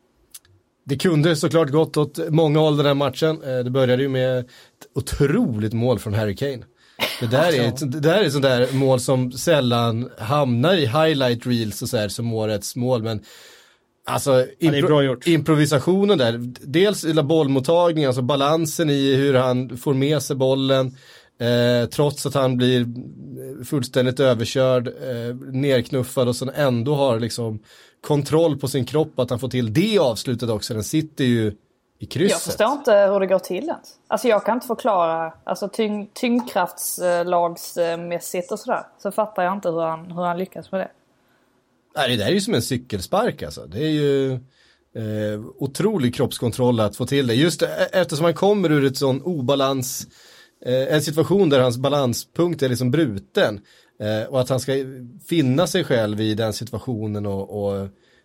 Speaker 1: det kunde såklart gått åt många håll den här matchen. Eh, det började ju med ett otroligt mål från Harry Kane. Det där är ett, det där är sånt där mål som sällan hamnar i highlight reels och så här som årets mål, men alltså impro- improvisationen där, dels i bollmottagning, alltså balansen i hur han får med sig bollen eh, trots att han blir fullständigt överkörd, eh, nerknuffad och sen ändå har liksom kontroll på sin kropp, att han får till det avslutet också, den sitter ju i krysset.
Speaker 2: Jag förstår inte hur det går till ens. Alltså jag kan inte förklara, alltså tyng, tyngdkraftslagsmässigt och sådär, så fattar jag inte hur han, hur han lyckas med det.
Speaker 1: Nej, det där är ju som en cykelspark alltså. Det är ju eh, otrolig kroppskontroll att få till det. Just eftersom han kommer ur ett sån obalans, eh, en situation där hans balanspunkt är liksom bruten eh, och att han ska finna sig själv i den situationen och, och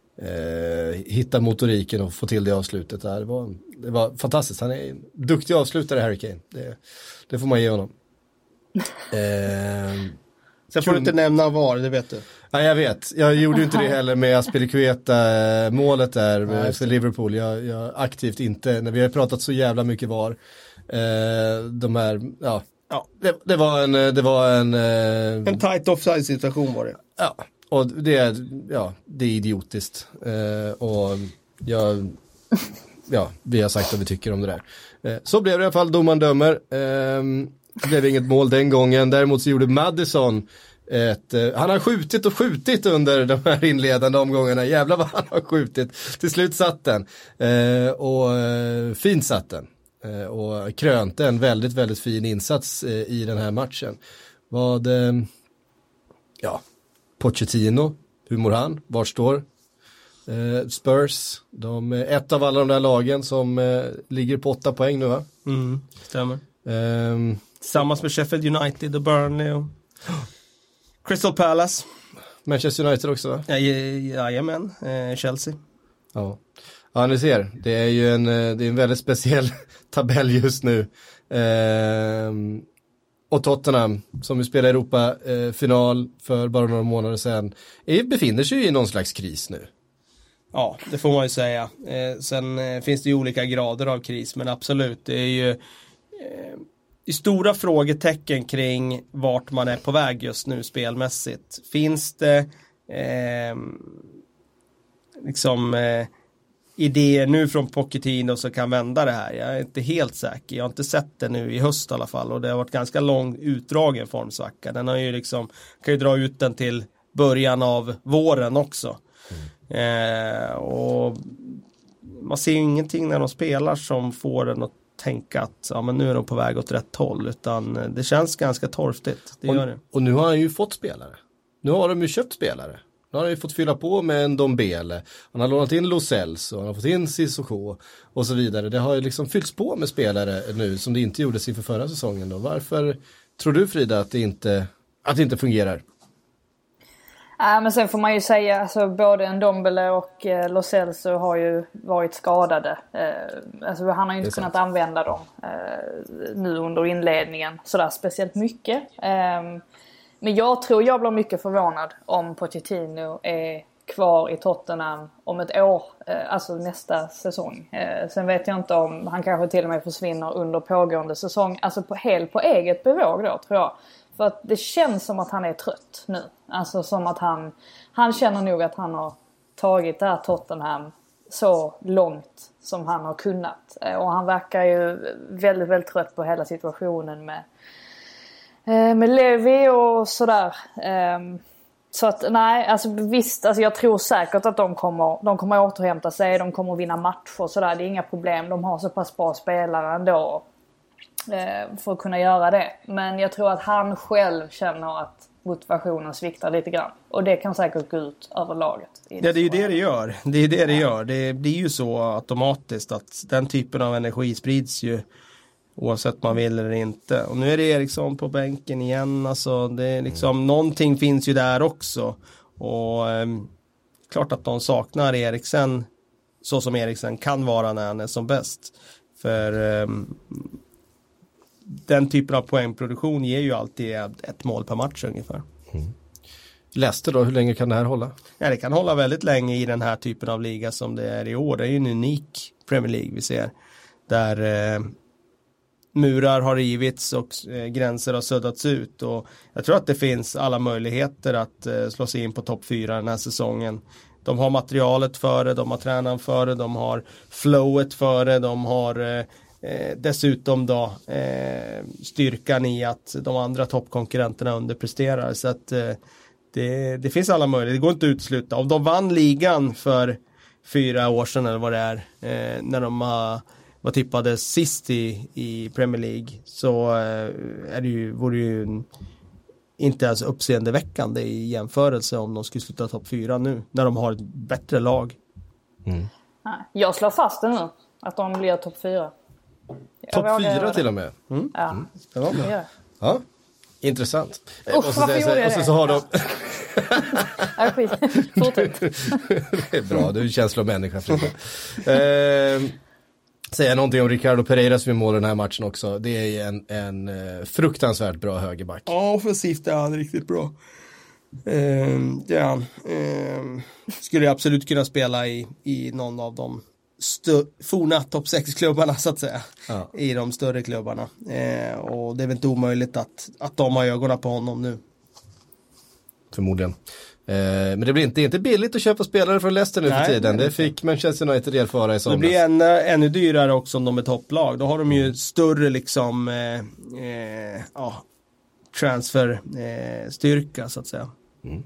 Speaker 1: eh, hitta motoriken och få till det avslutet där. Det var, det var fantastiskt. Han är en duktig avslutare, Harry Kane. Det, det får man ge honom. Eh,
Speaker 3: Sen får du inte nämna var, det vet du.
Speaker 1: Ja, jag vet. Jag gjorde inte det heller med Aspilicueta målet där ja, för Liverpool. Jag, jag aktivt inte, när vi har pratat så jävla mycket var. Eh, de här, ja, ja det, det var en, det var en... Eh,
Speaker 3: en tight offside situation var det.
Speaker 1: Ja, och det, ja, det är idiotiskt. Eh, och jag, ja, vi har sagt vad vi tycker om det där. Eh, så blev det i alla fall, domaren dömer. Eh, det blev inget mål den gången. Däremot så gjorde Maddison ett, eh, han har skjutit och skjutit under de här inledande omgångarna. Jävlar vad han har skjutit. Till slut satt den. Eh, och eh, fint satt den. Eh, och krönte en väldigt, väldigt fin insats eh, i den här matchen. Vad, eh, ja, Pochettino, hur mår han? Var står eh, Spurs? De är ett av alla de där lagen som eh, ligger på åtta poäng nu, va?
Speaker 3: Mm, stämmer.
Speaker 1: Um,
Speaker 3: Tillsammans med Sheffield United och Burnley och Crystal Palace.
Speaker 1: Manchester United också, va?
Speaker 3: Ja, jajamän, eh, Chelsea.
Speaker 1: Ja. Ja, ni ser. Det är ju en, det är en väldigt speciell tabell just nu. Um, och Tottenham, som vi spelade Europa-final eh, för bara några månader sedan, är, befinner sig ju i någon slags kris nu.
Speaker 3: Ja, det får man ju säga. Eh, sen eh, finns det ju olika grader av kris, men absolut, det är ju eh, i stora frågetecken kring vart man är på väg just nu spelmässigt. Finns det eh, liksom eh, idéer nu från Pochettino som kan vända det här? Jag är inte helt säker. Jag har inte sett det nu i höst i alla fall, och det har varit ganska lång utdragen formsvacka. Den har ju liksom, kan ju dra ut den till början av våren också. Mm. Eh, och man ser ju ingenting när de spelar som får den att tänka att ja, men nu är de på väg åt rätt håll, utan det känns ganska torftigt. Det
Speaker 1: och,
Speaker 3: gör det.
Speaker 1: Och nu har han ju fått spelare. Nu har de ju köpt spelare. Nu har han ju fått fylla på med en Dombele. Han har lånat in Lo Celso, han har fått in Sissoko och så vidare. Det har ju liksom fyllts på med spelare nu som det inte gjordes inför förra säsongen då. Varför tror du, Frida, att det inte, att det inte fungerar?
Speaker 2: Ja, men sen får man ju säga, alltså både Ndombele och eh, Lo Celso har ju varit skadade. Eh, alltså han har ju inte kunnat sant. använda dem eh, nu under inledningen sådär speciellt mycket. Eh, men jag tror jag blir mycket förvånad om Pochettino är kvar i Tottenham om ett år, eh, alltså nästa säsong. Eh, sen vet jag inte om han kanske till och med försvinner under pågående säsong, alltså på, helt på eget bevåg då, tror jag. För att det känns som att han är trött nu. Alltså som att han, han känner nog att han har tagit det här Tottenham så långt som han har kunnat. Och han verkar ju väldigt, väldigt trött på hela situationen med, med Levy och sådär. Så att nej, alltså visst, alltså jag tror säkert att de kommer, de kommer återhämta sig. De kommer vinna matcher och sådär. Det är inga problem. De har så pass bra spelare ändå för att kunna göra det. Men jag tror att han själv känner att motivationen sviktar lite grann. Och det kan säkert gå ut över laget.
Speaker 3: Ja, det är ju det det gör. Det är det det gör. Det blir ju så automatiskt att den typen av energi sprids ju oavsett man vill eller inte. Och nu är det Eriksson på bänken igen. Alltså det är liksom, mm. någonting finns ju där också. Och eh, klart att de saknar Eriksen så som Eriksen kan vara när han är som bäst. För eh, den typen av poängproduktion ger ju alltid ett mål per match ungefär.
Speaker 1: Mm. Läste då, hur länge kan det här hålla?
Speaker 3: Ja, det kan hålla väldigt länge i den här typen av liga som det är i år. Det är ju en unik Premier League vi ser. Där eh, murar har rivits och eh, gränser har suddats ut. Och jag tror att det finns alla möjligheter att eh, slå sig in på topp fyra den här säsongen. De har materialet för det, de har tränaren för det, de har flowet för det, de har... Eh, Eh, dessutom då eh, styrkan i att de andra toppkonkurrenterna underpresterar. Så att eh, det, det finns alla möjligheter. Det går inte att utesluta. Om de vann ligan för fyra år sedan eller vad det är, eh, när de uh, var tippade sist i, i Premier League, så eh, är det ju, vore det ju inte ens uppseendeväckande i jämförelse om de skulle sluta topp fyra nu, när de har ett bättre lag.
Speaker 1: Mm.
Speaker 2: Jag slår fast det nu, att de blir topp fyra.
Speaker 1: Topp fyra till och med.
Speaker 2: Mm. Ja.
Speaker 1: Mm. Det var bra. Ja, intressant.
Speaker 2: Usch, och så, varför gjorde jag
Speaker 1: och så, så har de...
Speaker 2: ja, skit. Fortsätt.
Speaker 1: Det är bra, du är känslamänniska. eh, säga någonting om Ricardo Pereira som är mål i den här matchen också. Det är en, en uh, fruktansvärt bra högerback.
Speaker 3: Ja, offensivt är han riktigt bra. Eh, ja, eh, skulle absolut kunna spela i, i någon av dem. Stö- forna topp sex-klubbarna så att säga, ja. I de större klubbarna, eh, och det är väl inte omöjligt att, att de har ögonen på honom nu.
Speaker 1: Förmodligen. Eh, men det blir inte, inte billigt att köpa spelare från Leicester nu för tiden. Det fick Manchester United erfara i somras.
Speaker 3: Det blir ännu, ännu dyrare också om de är topplag. Då har de ju större liksom eh, eh, ja, transferstyrka eh, så att säga.
Speaker 1: Mm.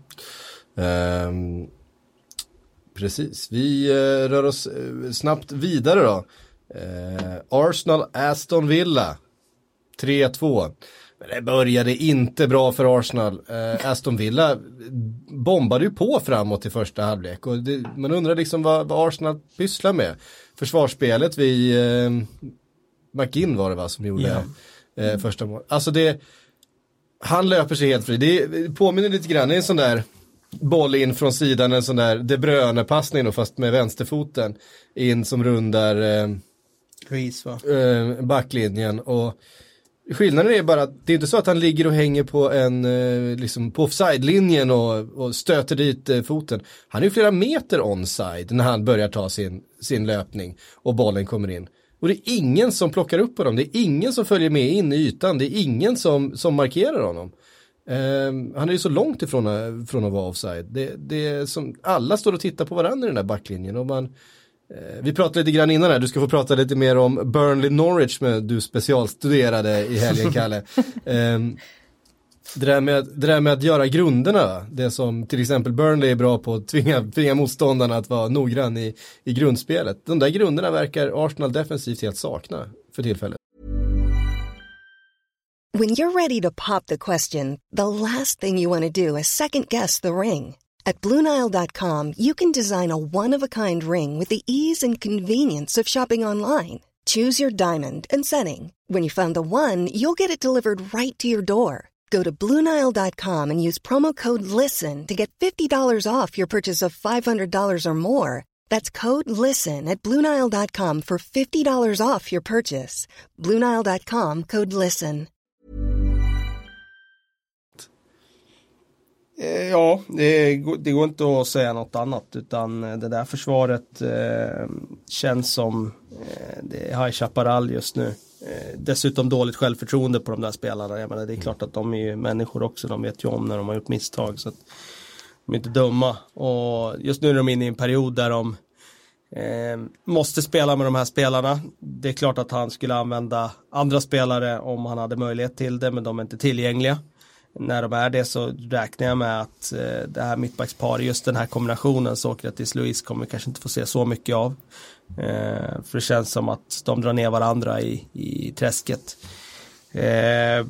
Speaker 1: Um, Precis, vi eh, rör oss eh, snabbt vidare då. Eh, Arsenal Aston Villa tre två. Men det började inte bra för Arsenal. Eh, Aston Villa bombade ju på framåt i första halvlek. Och det, man undrar liksom vad, vad Arsenal pysslar med. Försvarsspelet vid eh, McGinn var det va som gjorde yeah. eh, första mål. Alltså det, han löper sig helt fri. Det påminner lite grann, det är en sån där boll in från sidan, en sån där De Bruyne-passning då, fast med vänsterfoten in som rundar eh,
Speaker 3: Reis, va?
Speaker 1: eh, backlinjen. Och skillnaden är bara att det är inte så att han ligger och hänger på en eh, liksom på offside-linjen och, och stöter dit eh, foten. Han är ju flera meter onside när han börjar ta sin, sin löpning och bollen kommer in. Och det är ingen som plockar upp på dem. Det är ingen som följer med in i ytan. Det är ingen som, som markerar honom. Um, han är ju så långt ifrån från att vara offside. Det, det är som, alla står och tittar på varandra i den där backlinjen. Och man, uh, vi pratade lite grann innan här. Du ska få prata lite mer om Burnley Norwich med du specialstuderade i helgen, Kalle. Um, det, där med, det där med att göra grunderna. Det som till exempel Burnley är bra på att tvinga, tvinga motståndarna att vara noggrann i, i grundspelet. De där grunderna verkar Arsenal defensivt helt sakna för tillfället.
Speaker 4: When you're ready to pop the question, the last thing you want to do is second guess the ring. At Blue Nile dot com, you can design a one-of-a-kind ring with the ease and convenience of shopping online. Choose your diamond and setting. When you find the one, you'll get it delivered right to your door. Go to Blue Nile dot com and use promo code LISTEN to get fifty dollars off your purchase of five hundred dollars or more. That's code LISTEN at Blue Nile dot com for fifty dollars off your purchase. Blue Nile dot com, code LISTEN.
Speaker 3: Ja, det går, det går inte att säga något annat, utan det där försvaret eh, känns som eh, det är High Chaparral just nu. Eh, dessutom dåligt självförtroende på de där spelarna. Jag menar, det är klart att de är ju människor också, de vet ju om när de har gjort misstag, så att de är inte dumma. Och just nu är de inne i en period där de eh, måste spela med de här spelarna. Det är klart att han skulle använda andra spelare om han hade möjlighet till det, men de är inte tillgängliga. När de är det så räknar jag med att eh, det här mittbackspar, just den här kombinationen, Sokratis Luis, kommer kanske inte få se så mycket av. Eh, för det känns som att de drar ner varandra i, i träsket. Eh,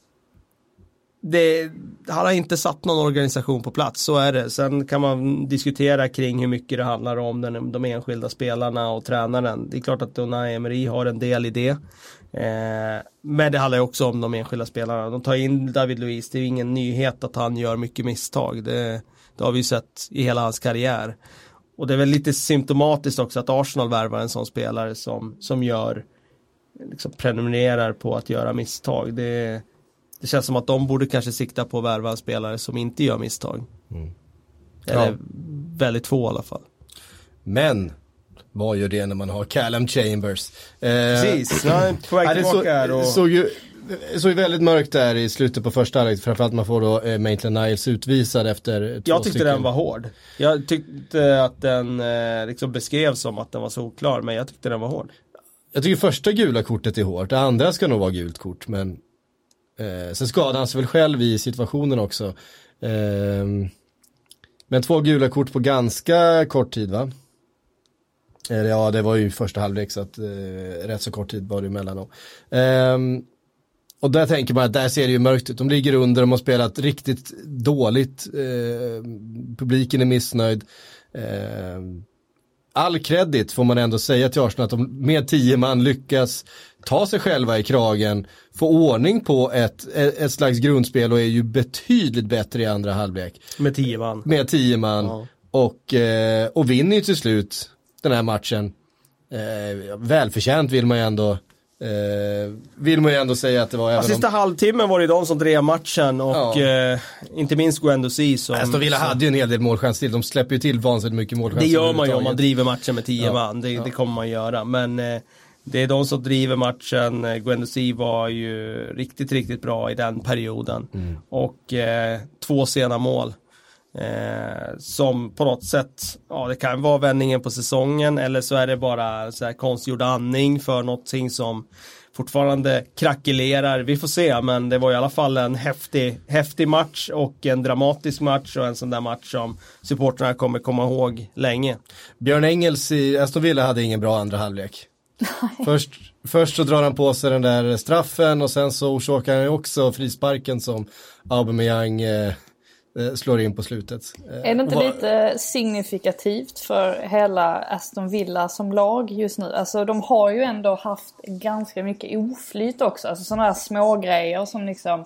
Speaker 3: det han har inte satt någon organisation på plats, så är det. Sen kan man diskutera kring hur mycket det handlar om den, de enskilda spelarna och tränaren. Det är klart att Unai Emery har en del i det. Eh, men det handlar ju också om de enskilda spelarna. De tar in David Luiz, det är ju ingen nyhet att han gör mycket misstag. Det, det har vi ju sett i hela hans karriär. Och det är väl lite symptomatiskt också att Arsenal värvar en sån spelare som, som gör, liksom prenumererar på att göra misstag. Det, det känns som att de borde kanske sikta på att värva en spelare som inte gör misstag. Mm. Eller ja. Väldigt få i alla fall.
Speaker 1: Men vad gör det när man har Callum Chambers? Eh,
Speaker 3: Precis, ja, på väg tillbaka här. Och...
Speaker 1: såg ju såg ju väldigt mörkt där i slutet på första halvlek, framförallt man får då eh, Maitland-Niles utvisad efter två
Speaker 3: Jag tyckte
Speaker 1: stycken.
Speaker 3: Den var hård. Jag tyckte att den eh, liksom beskrevs som att den var så oklar, men jag tyckte den var hård.
Speaker 1: Jag tycker första gula kortet är hårt, det andra ska nog vara gult kort, men eh, sen skadade han sig väl själv i situationen också. Eh, men två gula kort på ganska kort tid, va? Ja, det var ju första halvlek, så att eh, rätt så kort tid var det emellan dem. Ehm, och där tänker man att där ser det ju mörkt ut. De ligger under, de har spelat riktigt dåligt. Eh, publiken är missnöjd. Eh, all kredit får man ändå säga till Arsenal, att de med tio man lyckas ta sig själva i kragen, få ordning på ett, ett slags grundspel och är ju betydligt bättre i andra halvlek.
Speaker 3: Med tio man.
Speaker 1: Med tio man. Ja. Och, eh, och vinner ju till slut den här matchen. Eh, välförtjänt vill man ju ändå eh, vill man ju ändå säga att det var.
Speaker 3: Ja, sista om... halvtimmen var det de som drev matchen och
Speaker 1: ja.
Speaker 3: eh, inte minst Guendouzi som...
Speaker 1: Aston Villa hade ju en hel del målchans till. De släpper ju till vansinnigt mycket målchans.
Speaker 3: Det gör man ju om man driver matchen med tio ja. man. Det,
Speaker 1: ja.
Speaker 3: det kommer man göra. Men eh, det är de som driver matchen. Guendouzi var ju riktigt, riktigt bra i den perioden. Mm. Och eh, två sena mål. Eh, som på något sätt, ja, det kan vara vändningen på säsongen, eller så är det bara så här konstgjord andning för någonting som fortfarande krackelerar. Vi får se, men det var i alla fall en häftig, häftig match och en dramatisk match och en sån där match som supporterna kommer komma ihåg länge.
Speaker 1: Björn Engels i Aston Villa hade ingen bra andra halvlek. först, först så drar han på sig den där straffen och sen så orsakar han också frisparken som Aubameyang eh, slår in på slutet.
Speaker 2: Är det inte var... lite signifikativt för hela Aston Villa som lag just nu? Alltså de har ju ändå haft ganska mycket oflyt också. Alltså sådana här små grejer som liksom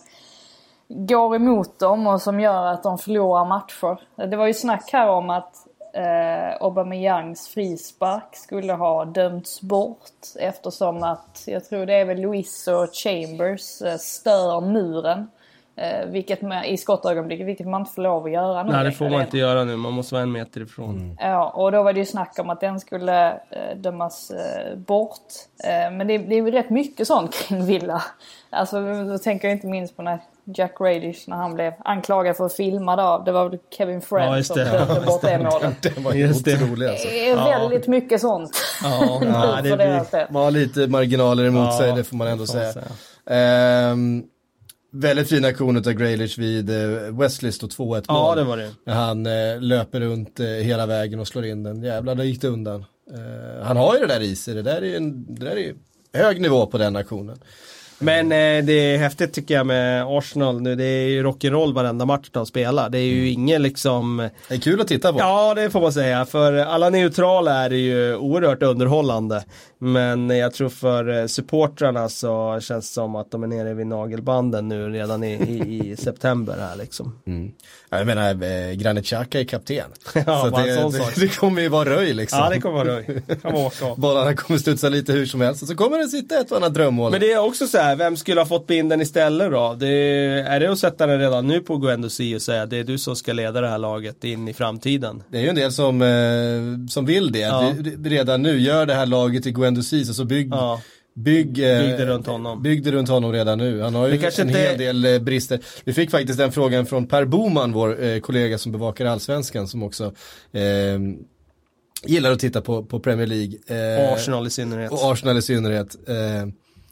Speaker 2: går emot dem och som gör att de förlorar matcher. Det var ju snack här om att eh, Aubameyangs frispark skulle ha dömts bort eftersom att, jag tror det är väl Luiz och Chambers eh, stör muren. Eh, vilket med, i skottögonblicket, vilket man inte får lov att göra nu.
Speaker 3: Nej, det får man inte göra nu, man måste vara en meter ifrån. Mm.
Speaker 2: Ja, och då var det ju snack om att den skulle eh, dömas eh, bort. Eh, men det, det är ju rätt mycket sånt kring Villa. Alltså, då tänker jag inte minst på när Jack Grealish, när han blev anklagad för att filma då. Det var väl Kevin Fred
Speaker 3: ja,
Speaker 1: som dömde bort det målet. Det var ju otroligt alltså.
Speaker 2: Det är väldigt ja. mycket sånt.
Speaker 1: Ja, ja det blir, var lite marginaler emot ja, sig, det får man ändå säga. säga. Um, Väldigt fin aktion av Grealish vid Wesley stod två ett mål.
Speaker 3: Ja, det var det.
Speaker 1: När han eh, löper runt eh, hela vägen och slår in den. Jävlar, där gick det undan. Eh, han har ju det där i sig. Det där är en det där är hög nivå på den aktionen.
Speaker 3: Men eh, det är häftigt tycker jag med Arsenal nu. Det är ju rock'n'roll varenda match de spelar. Det är ju mm. ingen liksom...
Speaker 1: Det är kul att titta på.
Speaker 3: Ja, det får man säga. För alla neutrala är det ju oerhört underhållande. Men jag tror för supportrarna så känns det som att de är nere vid nagelbanden nu redan i, i, i september här liksom.
Speaker 1: Mm. Jag menar, eh, Granit Xhaka är kapten.
Speaker 3: Ja,
Speaker 1: så det, det, det kommer ju vara röj liksom.
Speaker 3: Ja, det kommer vara röj.
Speaker 1: Bollarna kommer studsa lite hur som helst och så kommer det sitta ett och annat drömmål.
Speaker 3: Men det är också så här, vem skulle ha fått binden istället då? Det är, är det att sätta den redan nu på Guendouzi och säga det är du som ska leda det här laget in i framtiden?
Speaker 1: Det är ju en del som, eh, som vill det. Ja. Vi, redan nu gör det här laget i Guendouzi så bygg... Ja. Bygg,
Speaker 3: bygg det runt honom.
Speaker 1: Bygg det runt honom redan nu. Han har ju en
Speaker 3: inte...
Speaker 1: hel del eh, brister. Vi fick faktiskt den frågan från Per Boman, vår eh, kollega som bevakar Allsvenskan, som också eh, gillar att titta på, på Premier League.
Speaker 3: Eh, och Arsenal i synnerhet.
Speaker 1: Och Arsenal i synnerhet. Eh,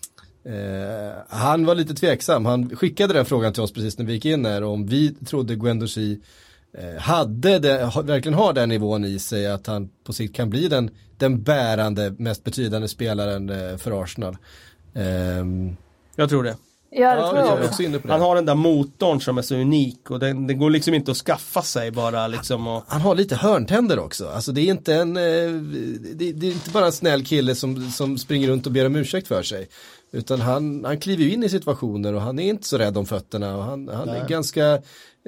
Speaker 1: eh, han var lite tveksam. Han skickade den frågan till oss precis när vi gick in här om vi trodde Guendouzi eh, hade det, verkligen har den nivån i sig att han på sikt kan bli den den bärande, mest betydande spelaren eh, för Arsenal. Um,
Speaker 3: jag tror det.
Speaker 2: Ja, det ja, tror jag
Speaker 1: också inne på det.
Speaker 3: Han har den där motorn som är så unik och den, den går liksom inte att skaffa sig bara liksom. Och...
Speaker 1: Han har lite hörntänder också. Alltså det är inte en eh, det, det är inte bara en snäll kille som, som springer runt och ber om ursäkt för sig. Utan han, han kliver in i situationer och han är inte så rädd om fötterna och han, han är ganska eh,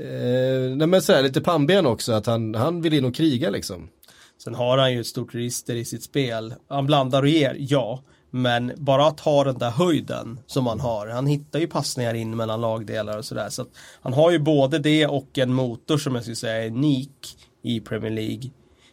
Speaker 1: nej men så här, lite pannben också att han, han vill in och kriga liksom.
Speaker 3: Sen har han ju ett stort register i sitt spel. Han blandar och ger, ja. Men bara att ha den där höjden som han har. Han hittar ju passningar in mellan lagdelar och sådär. Så att han har ju både det och en motor som jag skulle säga är unik i Premier League.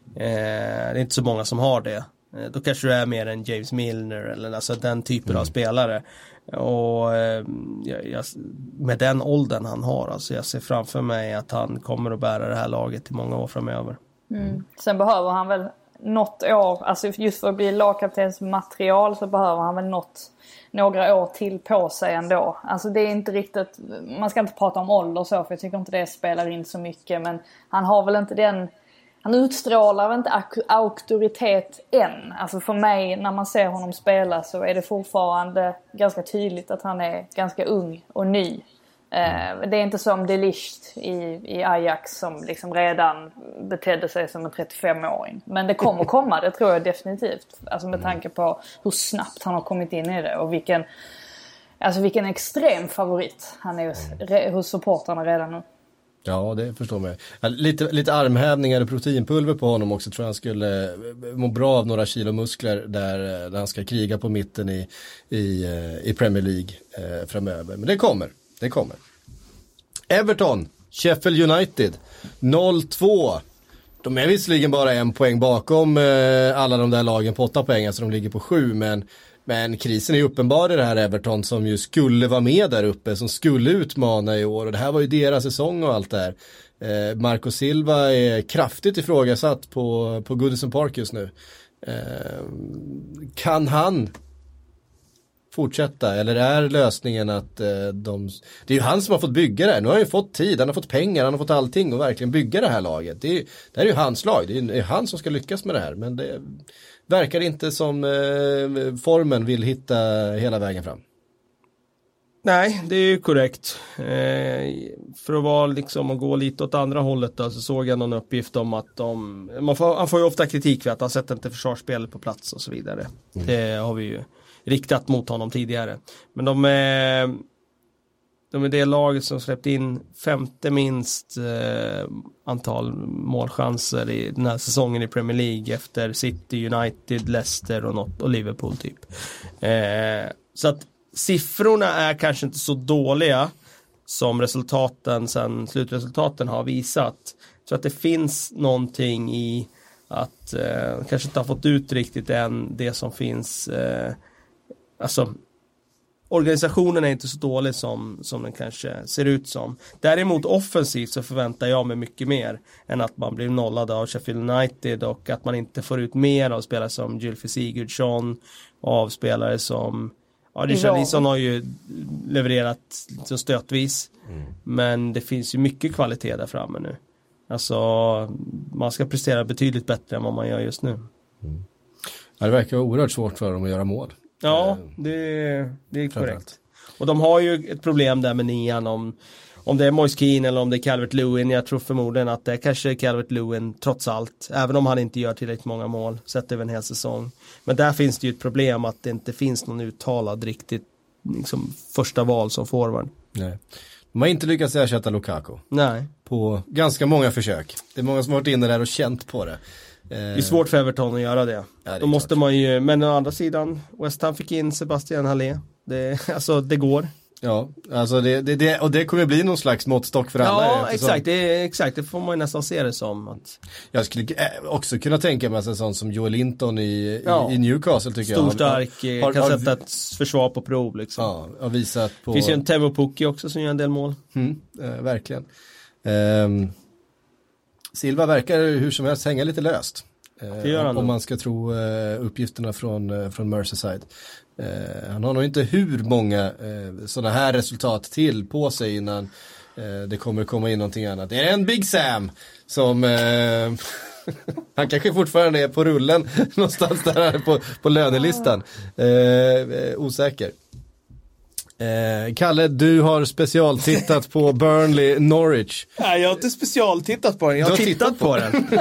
Speaker 3: Eh, det är inte så många som har det. Eh, då kanske det är mer än James Milner eller alltså den typen mm. av spelare. Och eh, jag, med den åldern han har, alltså jag ser framför mig att han kommer att bära det här laget i många år framöver.
Speaker 2: Mm. Sen behöver han väl något år, alltså just för att bli lagkaptens material så behöver han väl något, några år till på sig ändå. Alltså det är inte riktigt, man ska inte prata om ålder så, för jag tycker inte det spelar in så mycket, men han har väl inte den, han utstrålar väl inte ak- auktoritet än. Alltså för mig när man ser honom spela så är det fortfarande ganska tydligt att han är ganska ung och ny. Det är inte som De Ligt i, i Ajax som liksom redan betedde sig som en trettiofemåring. Men det kommer komma, det tror jag definitivt. Alltså med tanke på hur snabbt han har kommit in i det och vilken, alltså vilken extrem favorit han är hos, re, hos supportarna redan nu.
Speaker 1: Ja, det förstår man. Lite, lite armhävningar och proteinpulver på honom också tror jag han skulle må bra av några kilo muskler där, där han ska kriga på mitten i, i, i Premier League eh, framöver. Men det kommer. Det kommer. Everton, Sheffield United, noll två. De är visserligen bara en poäng bakom eh, alla de där lagen på åtta poäng, alltså de ligger på sju, men, men krisen är ju uppenbar i det här Everton som ju skulle vara med där uppe, som skulle utmana i år, och det här var ju deras säsong och allt det här. Eh, Marco Silva är kraftigt ifrågasatt på, på Goodison Park just nu. Eh, kan han fortsätta, eller är lösningen att eh, de, det är ju han som har fått bygga det här, nu har han ju fått tid, han har fått pengar, han har fått allting och verkligen bygga det här laget, det, är, det här är ju hans lag, det är, det är han som ska lyckas med det här, men det verkar inte som eh, formen vill hitta hela vägen fram.
Speaker 3: Nej, det är ju korrekt. Eh, för att vara liksom och gå lite åt andra hållet då, så såg jag någon uppgift om att de, man får, han får ju ofta kritik för att han sätter inte försvarsspelet på plats och så vidare. Mm. Det har vi ju riktat mot honom tidigare. Men de är, de är det laget som släppt in femte minst eh, antal målchanser i den här säsongen i Premier League efter City, United, Leicester och, något, och Liverpool typ. Eh, så att siffrorna är kanske inte så dåliga som resultaten sen slutresultaten har visat. Så att det finns någonting i att eh, kanske inte har fått ut riktigt än det som finns. Eh, alltså organisationen är inte så dålig som, som den kanske ser ut som. Däremot offensivt så förväntar jag mig mycket mer än att man blir nollad av Sheffield United och att man inte får ut mer av spelare som Gylfi Sigurdsson och av spelare som ja, Richarlison har ju levererat så stötvis. Mm. Men det finns ju mycket kvalitet där framme nu. Alltså man ska prestera betydligt bättre än vad man gör just nu.
Speaker 1: Mm. Ja, det verkar vara oerhört svårt för dem att göra mål.
Speaker 3: Ja, det, det är korrekt. Och de har ju ett problem där med nian om Om det är Moise Keane eller om det är Calvert-Lewin. Jag tror förmodligen att det är kanske Calvert-Lewin trots allt. Även om han inte gör tillräckligt många mål sett över en hel säsong. Men där finns det ju ett problem att det inte finns någon uttalad riktigt liksom, första val som forward.
Speaker 1: Nej. De har inte lyckats ersätta Lukaku.
Speaker 3: Nej.
Speaker 1: På ganska många försök. Det är många som har varit inne där och känt på det.
Speaker 3: Det är svårt för Everton att göra det. Ja, det Då klart. måste man ju, men å andra sidan, West Ham fick in Sebastian Haller. Det, alltså det går.
Speaker 1: Ja, alltså det, det, det, och det kommer bli någon slags måttstock för alla.
Speaker 3: Ja, exakt det, exakt, det får man ju nästan se det som. Att...
Speaker 1: Jag skulle också kunna tänka mig en sån som Joel Linton i, ja. i, i Newcastle tycker
Speaker 3: Stor,
Speaker 1: jag.
Speaker 3: Storstark, har, kan har, sätta ett försvar på prov liksom.
Speaker 1: Ja, har visat på...
Speaker 3: Det finns ju en Temo Pukki också som gör en del mål.
Speaker 1: Mm, eh, verkligen. Um, Silva verkar hur som helst hänga lite löst. Eh, om man ska tro eh, uppgifterna från, eh, från Merseyside. Eh, han har nog inte hur många eh, sådana här resultat till på sig innan eh, det kommer komma in någonting annat. Det är en Big Sam som eh, han kanske fortfarande är på rullen någonstans där på, på lönelistan. Eh, eh, osäker. Eh, Kalle, du har specialtittat på Burnley Norwich.
Speaker 3: Nej, jag har inte specialtittat på den. Jag har, har tittat, tittat på, på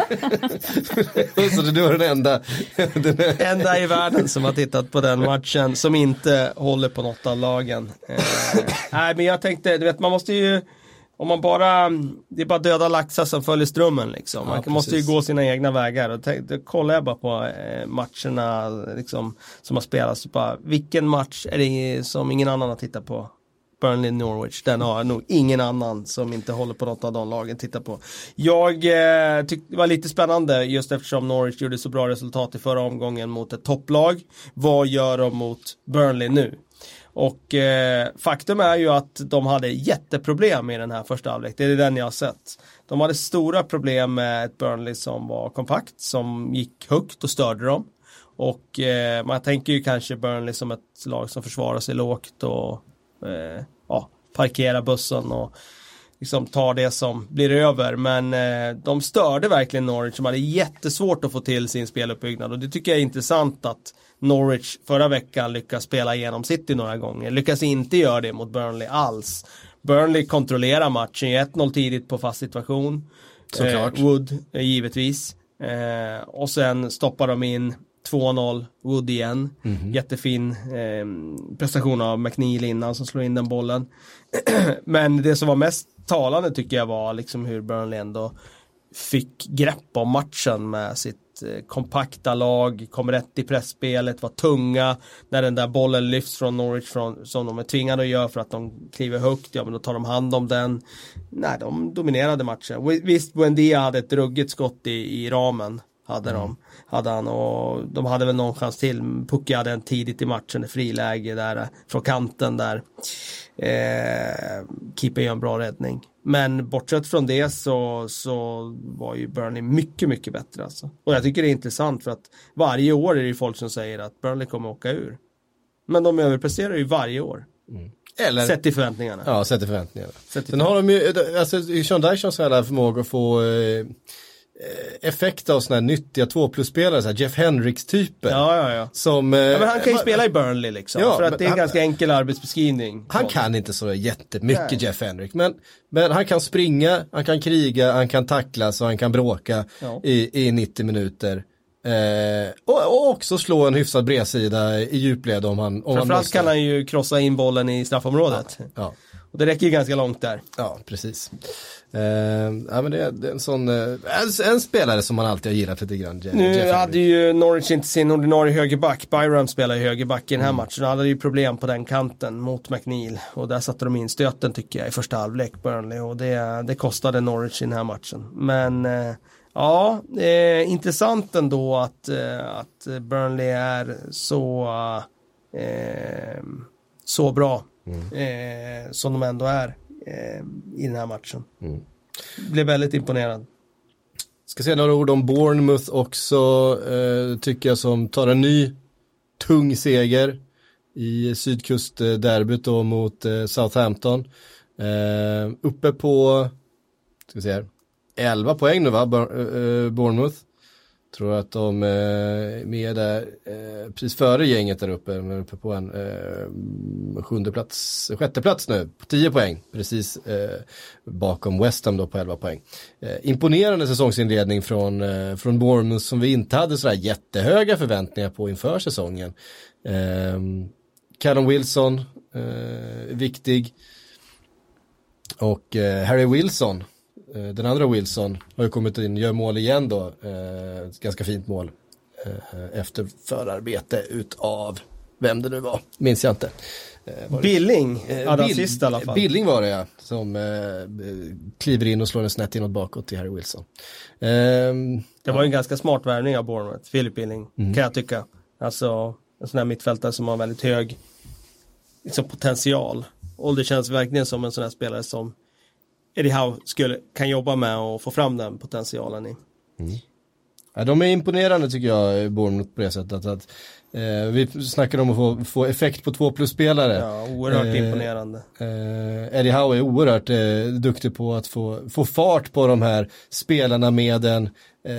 Speaker 3: den.
Speaker 1: Så du är den enda
Speaker 3: den enda i världen som har tittat på den matchen, som inte håller på något av lagen. Eh, nej, men jag tänkte, du vet, man måste ju, om man bara, det är bara döda laxar som följer strömmen liksom. Man ja, måste ju gå sina egna vägar. Och tänkte, kollar jag bara på eh, matcherna liksom, som har spelats. Bara, vilken match är det som ingen annan har tittat på? Burnley Norwich. Den har nog ingen annan som inte håller på något av de lagen tittar på. Jag eh, tyckte det var lite spännande just eftersom Norwich gjorde så bra resultat i förra omgången mot ett topplag. Vad gör de mot Burnley nu? Och eh, faktum är ju att de hade jätteproblem i den här första halvlek. Det är den jag har sett. De hade stora problem med ett Burnley som var kompakt, som gick högt och störde dem. Och eh, man tänker ju kanske Burnley som ett lag som försvarar sig lågt och eh, ja, parkerar bussen och liksom tar det som blir över. Men eh, de störde verkligen Norwich, som hade jättesvårt att få till sin speluppbyggnad. Och det tycker jag är intressant att Norwich förra veckan lyckas spela igenom City några gånger. Lyckas inte göra det mot Burnley alls. Burnley kontrollerar matchen ett noll tidigt på fast situation.
Speaker 1: Såklart.
Speaker 3: Eh, Wood eh, givetvis. Eh, och sen stoppar de in två noll Wood igen. Mm-hmm. Jättefin eh, prestation av McNeil innan som slår in den bollen. Men det som var mest talande tycker jag var liksom hur Burnley ändå fick grepp om matchen med sitt kompakta lag, kom rätt i pressspelet, var tunga när den där bollen lyfts från Norwich från, som de är tvingade att göra för att de kliver högt, ja men då tar de hand om den. Nej, de dominerade matchen. Visst, Buendia hade ett ruggigt skott i, i ramen hade mm. de, hade han, och de hade väl någon chans till. Pukki hade en tidigt i matchen, ett friläge där från kanten där eh, keeper gör en bra räddning. Men bortsett från det så, så var ju Burnley mycket, mycket bättre alltså. Och jag tycker det är intressant för att varje år är det ju folk som säger att Burnley kommer åka ur. Men de överpresterar ju varje år. Mm. Eller, sett i förväntningarna.
Speaker 1: Ja, sett i förväntningarna. Sett i Sen har de ju, alltså Sean Dyche har så här förmåga att få eh, effekt av såna här nyttiga två plus-spelare, så här Jeff Hendricks-typer.
Speaker 3: Ja, ja, ja.
Speaker 1: Som, eh,
Speaker 3: ja, men han kan ju spela i Burnley liksom, ja, för att det är en
Speaker 1: han,
Speaker 3: ganska enkel arbetsbeskrivning.
Speaker 1: Han kan inte så jättemycket. Nej. Jeff Hendrick, men, men han kan springa, han kan kriga, han kan tacklas och han kan bråka ja. i, i nittio minuter. Eh, och, och också slå en hyfsad bredsida i djupled om han om
Speaker 3: Framförallt han måste. Kan han ju krossa in bollen i straffområdet.
Speaker 1: Ja, ja.
Speaker 3: Och det räcker ju ganska långt där.
Speaker 1: Ja, precis. Uh, ja, men det är, det är en sån uh, en, en spelare som man alltid har gillat lite grann. Je-
Speaker 3: nu
Speaker 1: Jeff
Speaker 3: hade ju Norwich inte sin ordinarie högerback. Byram spelar ju högerback i den här mm. matchen. Han hade ju problem på den kanten mot McNeil. Och där satte de in stöten tycker jag i första halvlek Burnley. Och det, det kostade Norwich i den här matchen. Men uh, ja, det är intressant ändå att, uh, att Burnley är så uh, så bra mm. uh, som de ändå är i den här matchen. Mm. Blev väldigt imponerad.
Speaker 1: Ska säga några ord om Bournemouth också, eh, tycker jag, som tar en ny tung seger i sydkustderbyt då mot eh, Southampton. Eh, uppe på ska vi se här, elva poäng nu va, Bournemouth. Tror att de är med där eh, precis före gänget där uppe, men uppe på en eh, sjunde plats, sjätte plats nu, på tio poäng, precis eh, bakom West Ham då på elva poäng. Eh, imponerande säsongsinledning från, eh, från Bournemouth som vi inte hade sådär jättehöga förväntningar på inför säsongen. Eh, Callum Wilson, eh, viktig, och eh, Harry Wilson, den andra Wilson, har ju kommit in, gör mål igen då, eh, ganska fint mål eh, efter förarbete utav vem det nu var, minns jag inte.
Speaker 3: Eh, Billing,
Speaker 1: eh,
Speaker 3: Bill, sist i alla fall.
Speaker 1: Billing var det, ja, som eh, kliver in och slår en snett inåt bakåt till Harry Wilson. Eh,
Speaker 3: det var ju en ganska smart värvning av Bournemouth, Philip Billing, mm. kan jag tycka. Alltså en sån här mittfältare som har väldigt hög liksom, potential. Och det känns verkligen som en sån här spelare som Eddie Howe skulle, kan jobba med och få fram den potentialen i.
Speaker 1: Mm. Ja, de är imponerande tycker jag, Bournemouth på det sättet att, att eh, vi snackar om att få, få effekt på två plus-spelare.
Speaker 3: Ja, oerhört eh, imponerande.
Speaker 1: Eh, Eddie Howe är oerhört eh, duktig på att få, få fart på de här spelarna med en,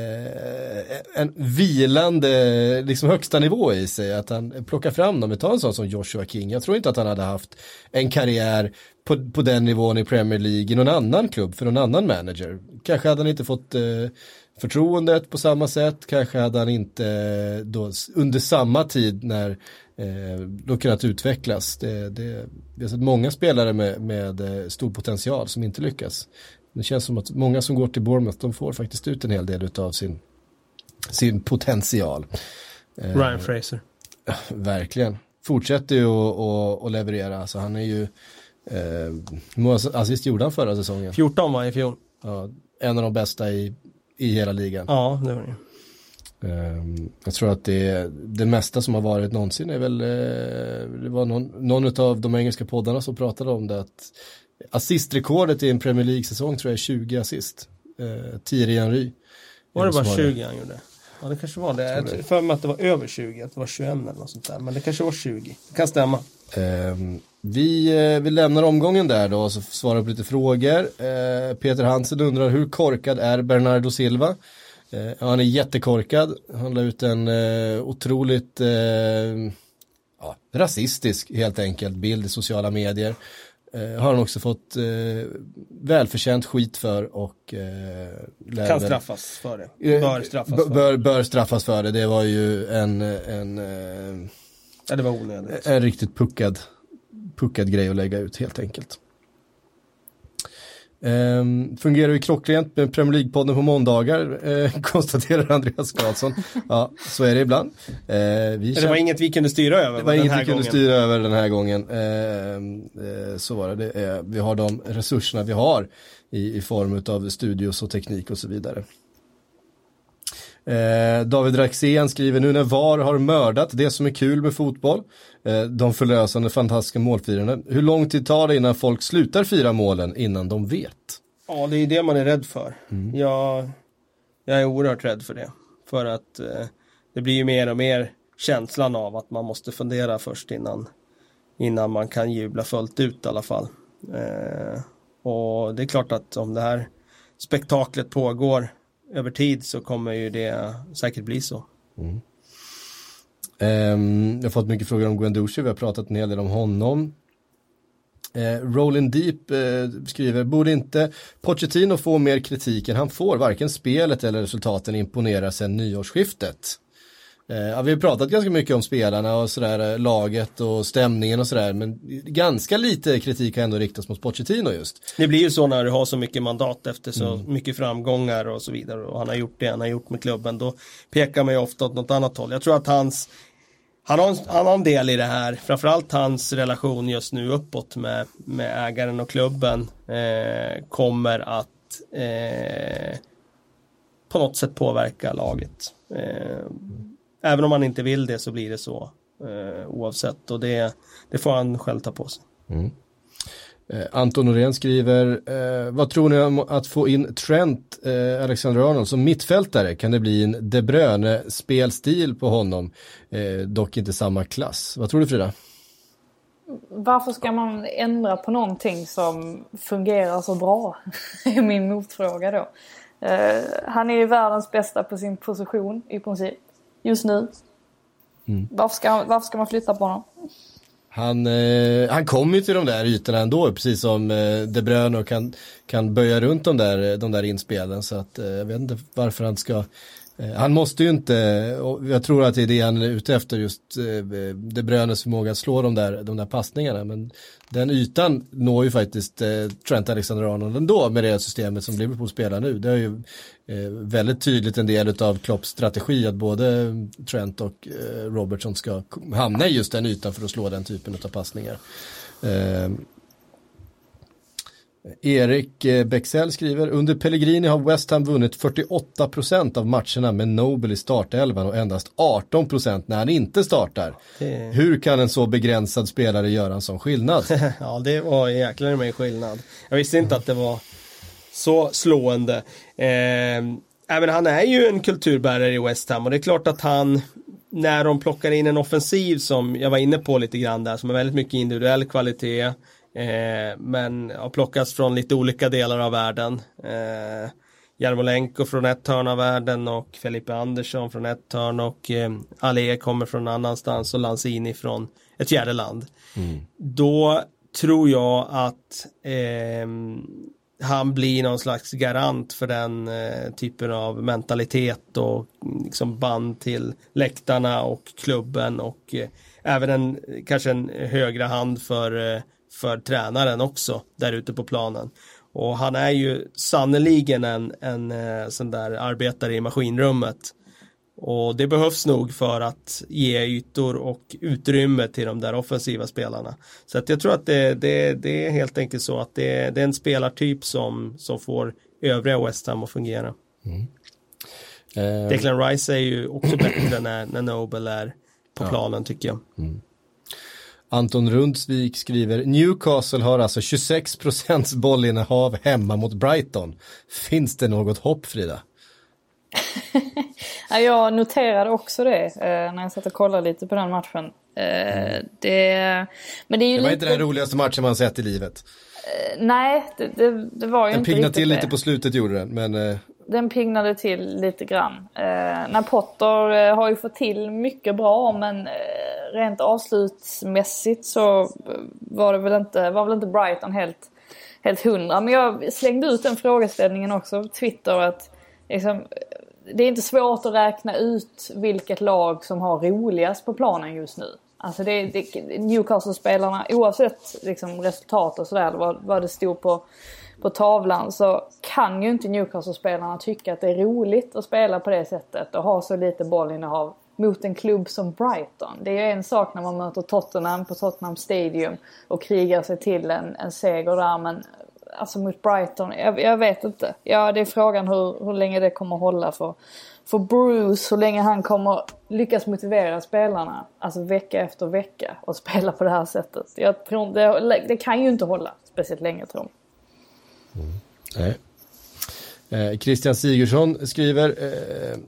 Speaker 1: eh, en vilande liksom högsta nivå i sig. Att han plockar fram dem. Vi tar en sån som Joshua King. Jag tror inte att han hade haft en karriär på, på den nivån i Premier League i någon annan klubb för någon annan manager. Kanske hade han inte fått eh, förtroendet på samma sätt. Kanske hade han inte då, under samma tid när eh, då kunnat utvecklas. Det, det, det är så många spelare med, med stor potential som inte lyckas. Det känns som att många som går till Bournemouth, de får faktiskt ut en hel del av sin, sin potential.
Speaker 3: Eh, Ryan Fraser.
Speaker 1: Eh, verkligen. Fortsätter ju att leverera. Alltså han är ju eh, många assist gjorde han förra säsongen.
Speaker 3: fjorton var i fjol.
Speaker 1: Ja, en av de bästa i, i hela ligan.
Speaker 3: Ja, det var det.
Speaker 1: Um, jag tror att det, det mesta som har varit någonsin är väl uh, det var någon, någon av de engelska poddarna som pratade om det, att assistrekordet i en Premier League-säsong tror jag är tjugo assist. Uh, Thierry Henry.
Speaker 3: Var det bara tjugo han gjorde? Ja, det kanske var det. Jag tror för mig att det var över tjugo, att det var tjugoett eller något sånt där. Men det kanske var tjugo. Det kan stämma.
Speaker 1: Um, vi, uh, vi lämnar omgången där då och så svarar på lite frågor. Uh, Peter Hansen undrar, hur korkad är Bernardo Silva? Uh, han är jättekorkad. Han la ut en uh, otroligt uh, ja, rasistisk helt enkelt bild i sociala medier. Uh, har han också fått uh, välförtjänt skit för och uh,
Speaker 3: kan straffas för det. Bör straffas
Speaker 1: uh, bör, bör straffas för det. Det var ju en, en uh,
Speaker 3: ja, det var onödigt.
Speaker 1: En riktigt puckad puckad grej att lägga ut helt enkelt. Um, fungerar ju klockrent med Premier League-podden på måndagar, uh, konstaterar Andreas Karlsson. Ja, så är det ibland. Uh, vi
Speaker 3: det var inget vi kunde styra över.
Speaker 1: Det var inget vi kunde styra över den här gången. Uh, uh, så var det. det uh, vi har de resurserna vi har i, i form av studios och teknik och så vidare. Eh, David Raxén skriver, nu när V A R har mördat det som är kul med fotboll, eh, de förlösande fantastiska målfirarna, hur lång tid tar det innan folk slutar fira målen innan de vet?
Speaker 3: Ja, det är det man är rädd för. Mm. Jag, jag är oerhört rädd för det. För att eh, det blir ju mer och mer känslan av att man måste fundera först innan, innan man kan jubla fullt ut i alla fall. Eh, och det är klart att om det här spektaklet pågår över tid så kommer ju det säkert bli så.
Speaker 1: Mm. Um, jag har fått mycket frågor om Guendouzi. Vi har pratat en hel del om honom. Uh, Roland Deep uh, skriver, borde inte Pochettino få mer kritik än han får? Varken spelet eller resultaten imponerar sedan nyårsskiftet. Uh, ja, vi har pratat ganska mycket om spelarna och sådär, laget och stämningen och sådär, men ganska lite kritik har ändå riktats mot Pochettino just.
Speaker 3: Det blir ju så när du har så mycket mandat efter så mm. mycket framgångar och så vidare, och han har gjort det han har gjort med klubben, då pekar man ju ofta åt något annat håll. Jag tror att hans han har, en, han har en del i det här, framförallt hans relation just nu uppåt med, med ägaren och klubben eh, kommer att eh, på något sätt påverka laget. Eh, Även om man inte vill det så blir det så eh, oavsett, och det, det får han själv ta på sig.
Speaker 1: Mm. Eh, Anton Norén skriver, eh, vad tror ni om att få in Trent eh, Alexander-Arnold som mittfältare? Kan det bli en De Bruyne-spelstil på honom? Eh, dock inte samma klass. Vad tror du, Frida?
Speaker 2: Varför ska man ändra på någonting som fungerar så bra? är min motfråga då. Uh, han är ju världens bästa på sin position i princip just nu. Mm. Varför, ska, varför ska man flytta på honom?
Speaker 1: Han, eh, han kommer ju till de där ytorna ändå, precis som eh, De Bruyne, och kan, kan böja runt de där, de där inspelen. Så att, eh, jag vet inte varför han ska... Eh, han måste ju inte, och jag tror att det är det han är ute efter, just eh, De Bruynes förmåga att slå de där, de där passningarna. Men den ytan når ju faktiskt eh, Trent Alexander-Arnold ändå med det systemet som Liverpool spelar nu. Det är ju eh, väldigt tydligt en del av Klopps strategi att både Trent och eh, Robertson ska hamna i just den ytan för att slå den typen av passningar. Eh, Erik eh, Bexell skriver: under Pellegrini har West Ham vunnit fyrtioåtta procent av matcherna med Noble i startelvan och endast arton procent när han inte startar. Det... Hur kan en så begränsad spelare göra en sån skillnad?
Speaker 3: Ja, det var jäklar med skillnad. Jag visste inte att det var så slående. Eh, även han är ju en kulturbärare i West Ham, och det är klart att han, när de plockar in en offensiv som jag var inne på lite grann där, som är väldigt mycket individuell kvalitet, Eh, men har plockats från lite olika delar av världen. Eh, Jarmolenko från ett hörn av världen och Felipe Andersson från ett hörn, och eh, Allé kommer från en annanstans och Lanzini från ett fjärde land. Mm. Då tror jag att eh, han blir någon slags garant för den eh, typen av mentalitet och liksom band till läktarna och klubben, och eh, även en, kanske en högre hand för eh, för tränaren också där ute på planen. Och han är ju sannoliken en, en eh, sån där arbetare i maskinrummet. Och det behövs nog för att ge ytor och utrymme till de där offensiva spelarna. Så att jag tror att det, det, det är helt enkelt så att det, det är en spelartyp som, som får övriga West Ham att fungera. Mm. Uh... Declan Rice är ju också bättre när, när Noble är på ja. planen, tycker jag. Mm.
Speaker 1: Anton Rundsvik skriver: Newcastle har alltså tjugosex procent bollinnehav hemma mot Brighton. Finns det något hopp, Frida?
Speaker 2: Ja, jag noterade också det eh, när jag satt och kollade lite på den matchen. Eh, mm. det, men det, är ju
Speaker 1: det var
Speaker 2: lite...
Speaker 1: inte den roligaste matchen man sett i livet.
Speaker 2: Eh, nej, det, det, det var ju
Speaker 1: den
Speaker 2: inte
Speaker 1: pignade
Speaker 2: riktigt
Speaker 1: till
Speaker 2: det.
Speaker 1: Lite på slutet gjorde den, men... Eh...
Speaker 2: Den pignade till lite grann. Eh, när Potter eh, har ju fått till mycket bra, men eh, rent avslutsmässigt så var det väl inte, var väl inte Brighton helt, helt hundra. Men jag slängde ut den frågeställningen också på Twitter, att liksom, det är inte svårt att räkna ut vilket lag som har roligast på planen just nu. Alltså det, det, Newcastle-spelarna, oavsett liksom resultat och sådär, vad, vad det stod på på tavlan, så kan ju inte Newcastle-spelarna tycka att det är roligt att spela på det sättet och ha så lite bollinnehav mot en klubb som Brighton. Det är ju en sak när man möter Tottenham på Tottenham Stadium och krigar sig till en, en seger där, men alltså mot Brighton, jag, jag vet inte. Ja, det är frågan hur, hur länge det kommer hålla för, för Bruce, hur länge han kommer lyckas motivera spelarna, alltså vecka efter vecka, och spela på det här sättet. Jag tror det, det kan ju inte hålla speciellt länge, tror jag.
Speaker 1: Mm. Nej. Eh, Christian Sigurdsson skriver eh,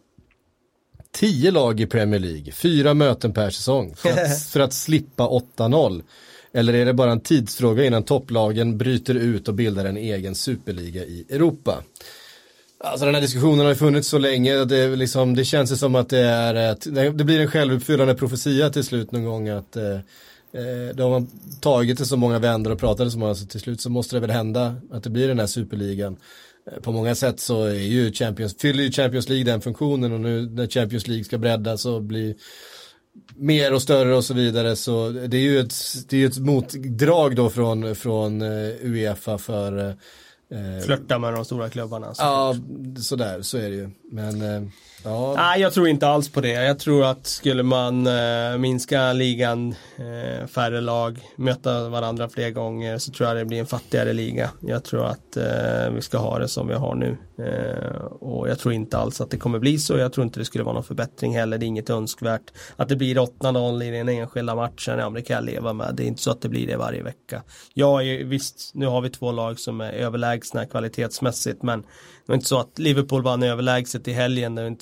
Speaker 1: tio lag i Premier League, fyra möten per säsong för att, för att slippa åtta noll. Eller är det bara en tidsfråga innan topplagen bryter ut och bildar en egen superliga i Europa? Alltså den här diskussionen har ju funnits så länge, det, liksom, det känns som att det är ett, det blir en självuppfyllande profetia till slut någon gång, att eh, då har man tagit det så många vändor och pratat så många, så till slut så måste det väl hända att det blir den här superligan. På många sätt så är ju Champions, fyller ju Champions League den funktionen, och nu när Champions League ska breddas och bli mer och större och så vidare, så det är ju ett, det är ett motdrag då från, från UEFA för
Speaker 3: eh, flörta med de stora klubbarna.
Speaker 1: Så ja, sådär, så är det ju. Men eh, ja.
Speaker 3: Nej, jag tror inte alls på det. Jag tror att skulle man eh, minska ligan, eh, färre lag, möta varandra fler gånger, så tror jag det blir en fattigare liga. Jag tror att eh, vi ska ha det som vi har nu. Eh, och jag tror inte alls att det kommer bli så. Jag tror inte det skulle vara någon förbättring heller. Det är inget önskvärt. Att det blir åtta noll i den enskilda matchen, ja, det kan jag leva med. Det är inte så att det blir det varje vecka. Ja, visst, nu har vi två lag som är överlägsna kvalitetsmässigt, men det är inte så att Liverpool vann överlägset i helgen. Det är inte så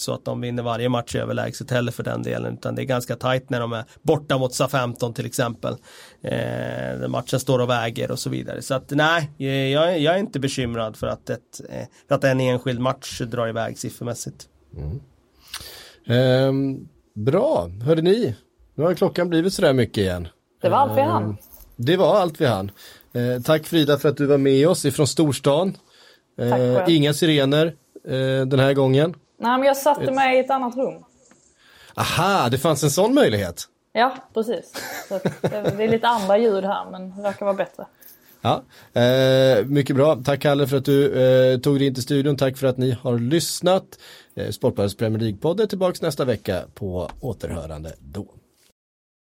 Speaker 3: så att de vinner varje match överlägset heller för den delen, utan det är ganska tajt när de är borta mot Southampton till exempel. Eh, matchen står och väger och så vidare. Så att nej, jag, jag är inte bekymrad för att, ett, eh, för att en enskild match drar iväg siffermässigt.
Speaker 1: Mm. Eh, bra, hörde ni? Nu har klockan blivit sådär mycket igen.
Speaker 2: Det var allt vi hann.
Speaker 1: Eh, det var allt vi hann. Eh, tack Frida för att du var med oss ifrån storstan. Eh, inga sirener eh, den här gången.
Speaker 2: Nej, men jag satte mig i ett annat rum.
Speaker 1: Aha, det fanns en sån möjlighet.
Speaker 2: Ja, precis. Så att det är lite andra ljud här, men det verkar vara bättre.
Speaker 1: Ja, eh, mycket bra. Tack Kalle för att du eh, tog dig in till studion. Tack för att ni har lyssnat. Eh, Sportbladets Premier League-podd är tillbaka nästa vecka på återhörande då.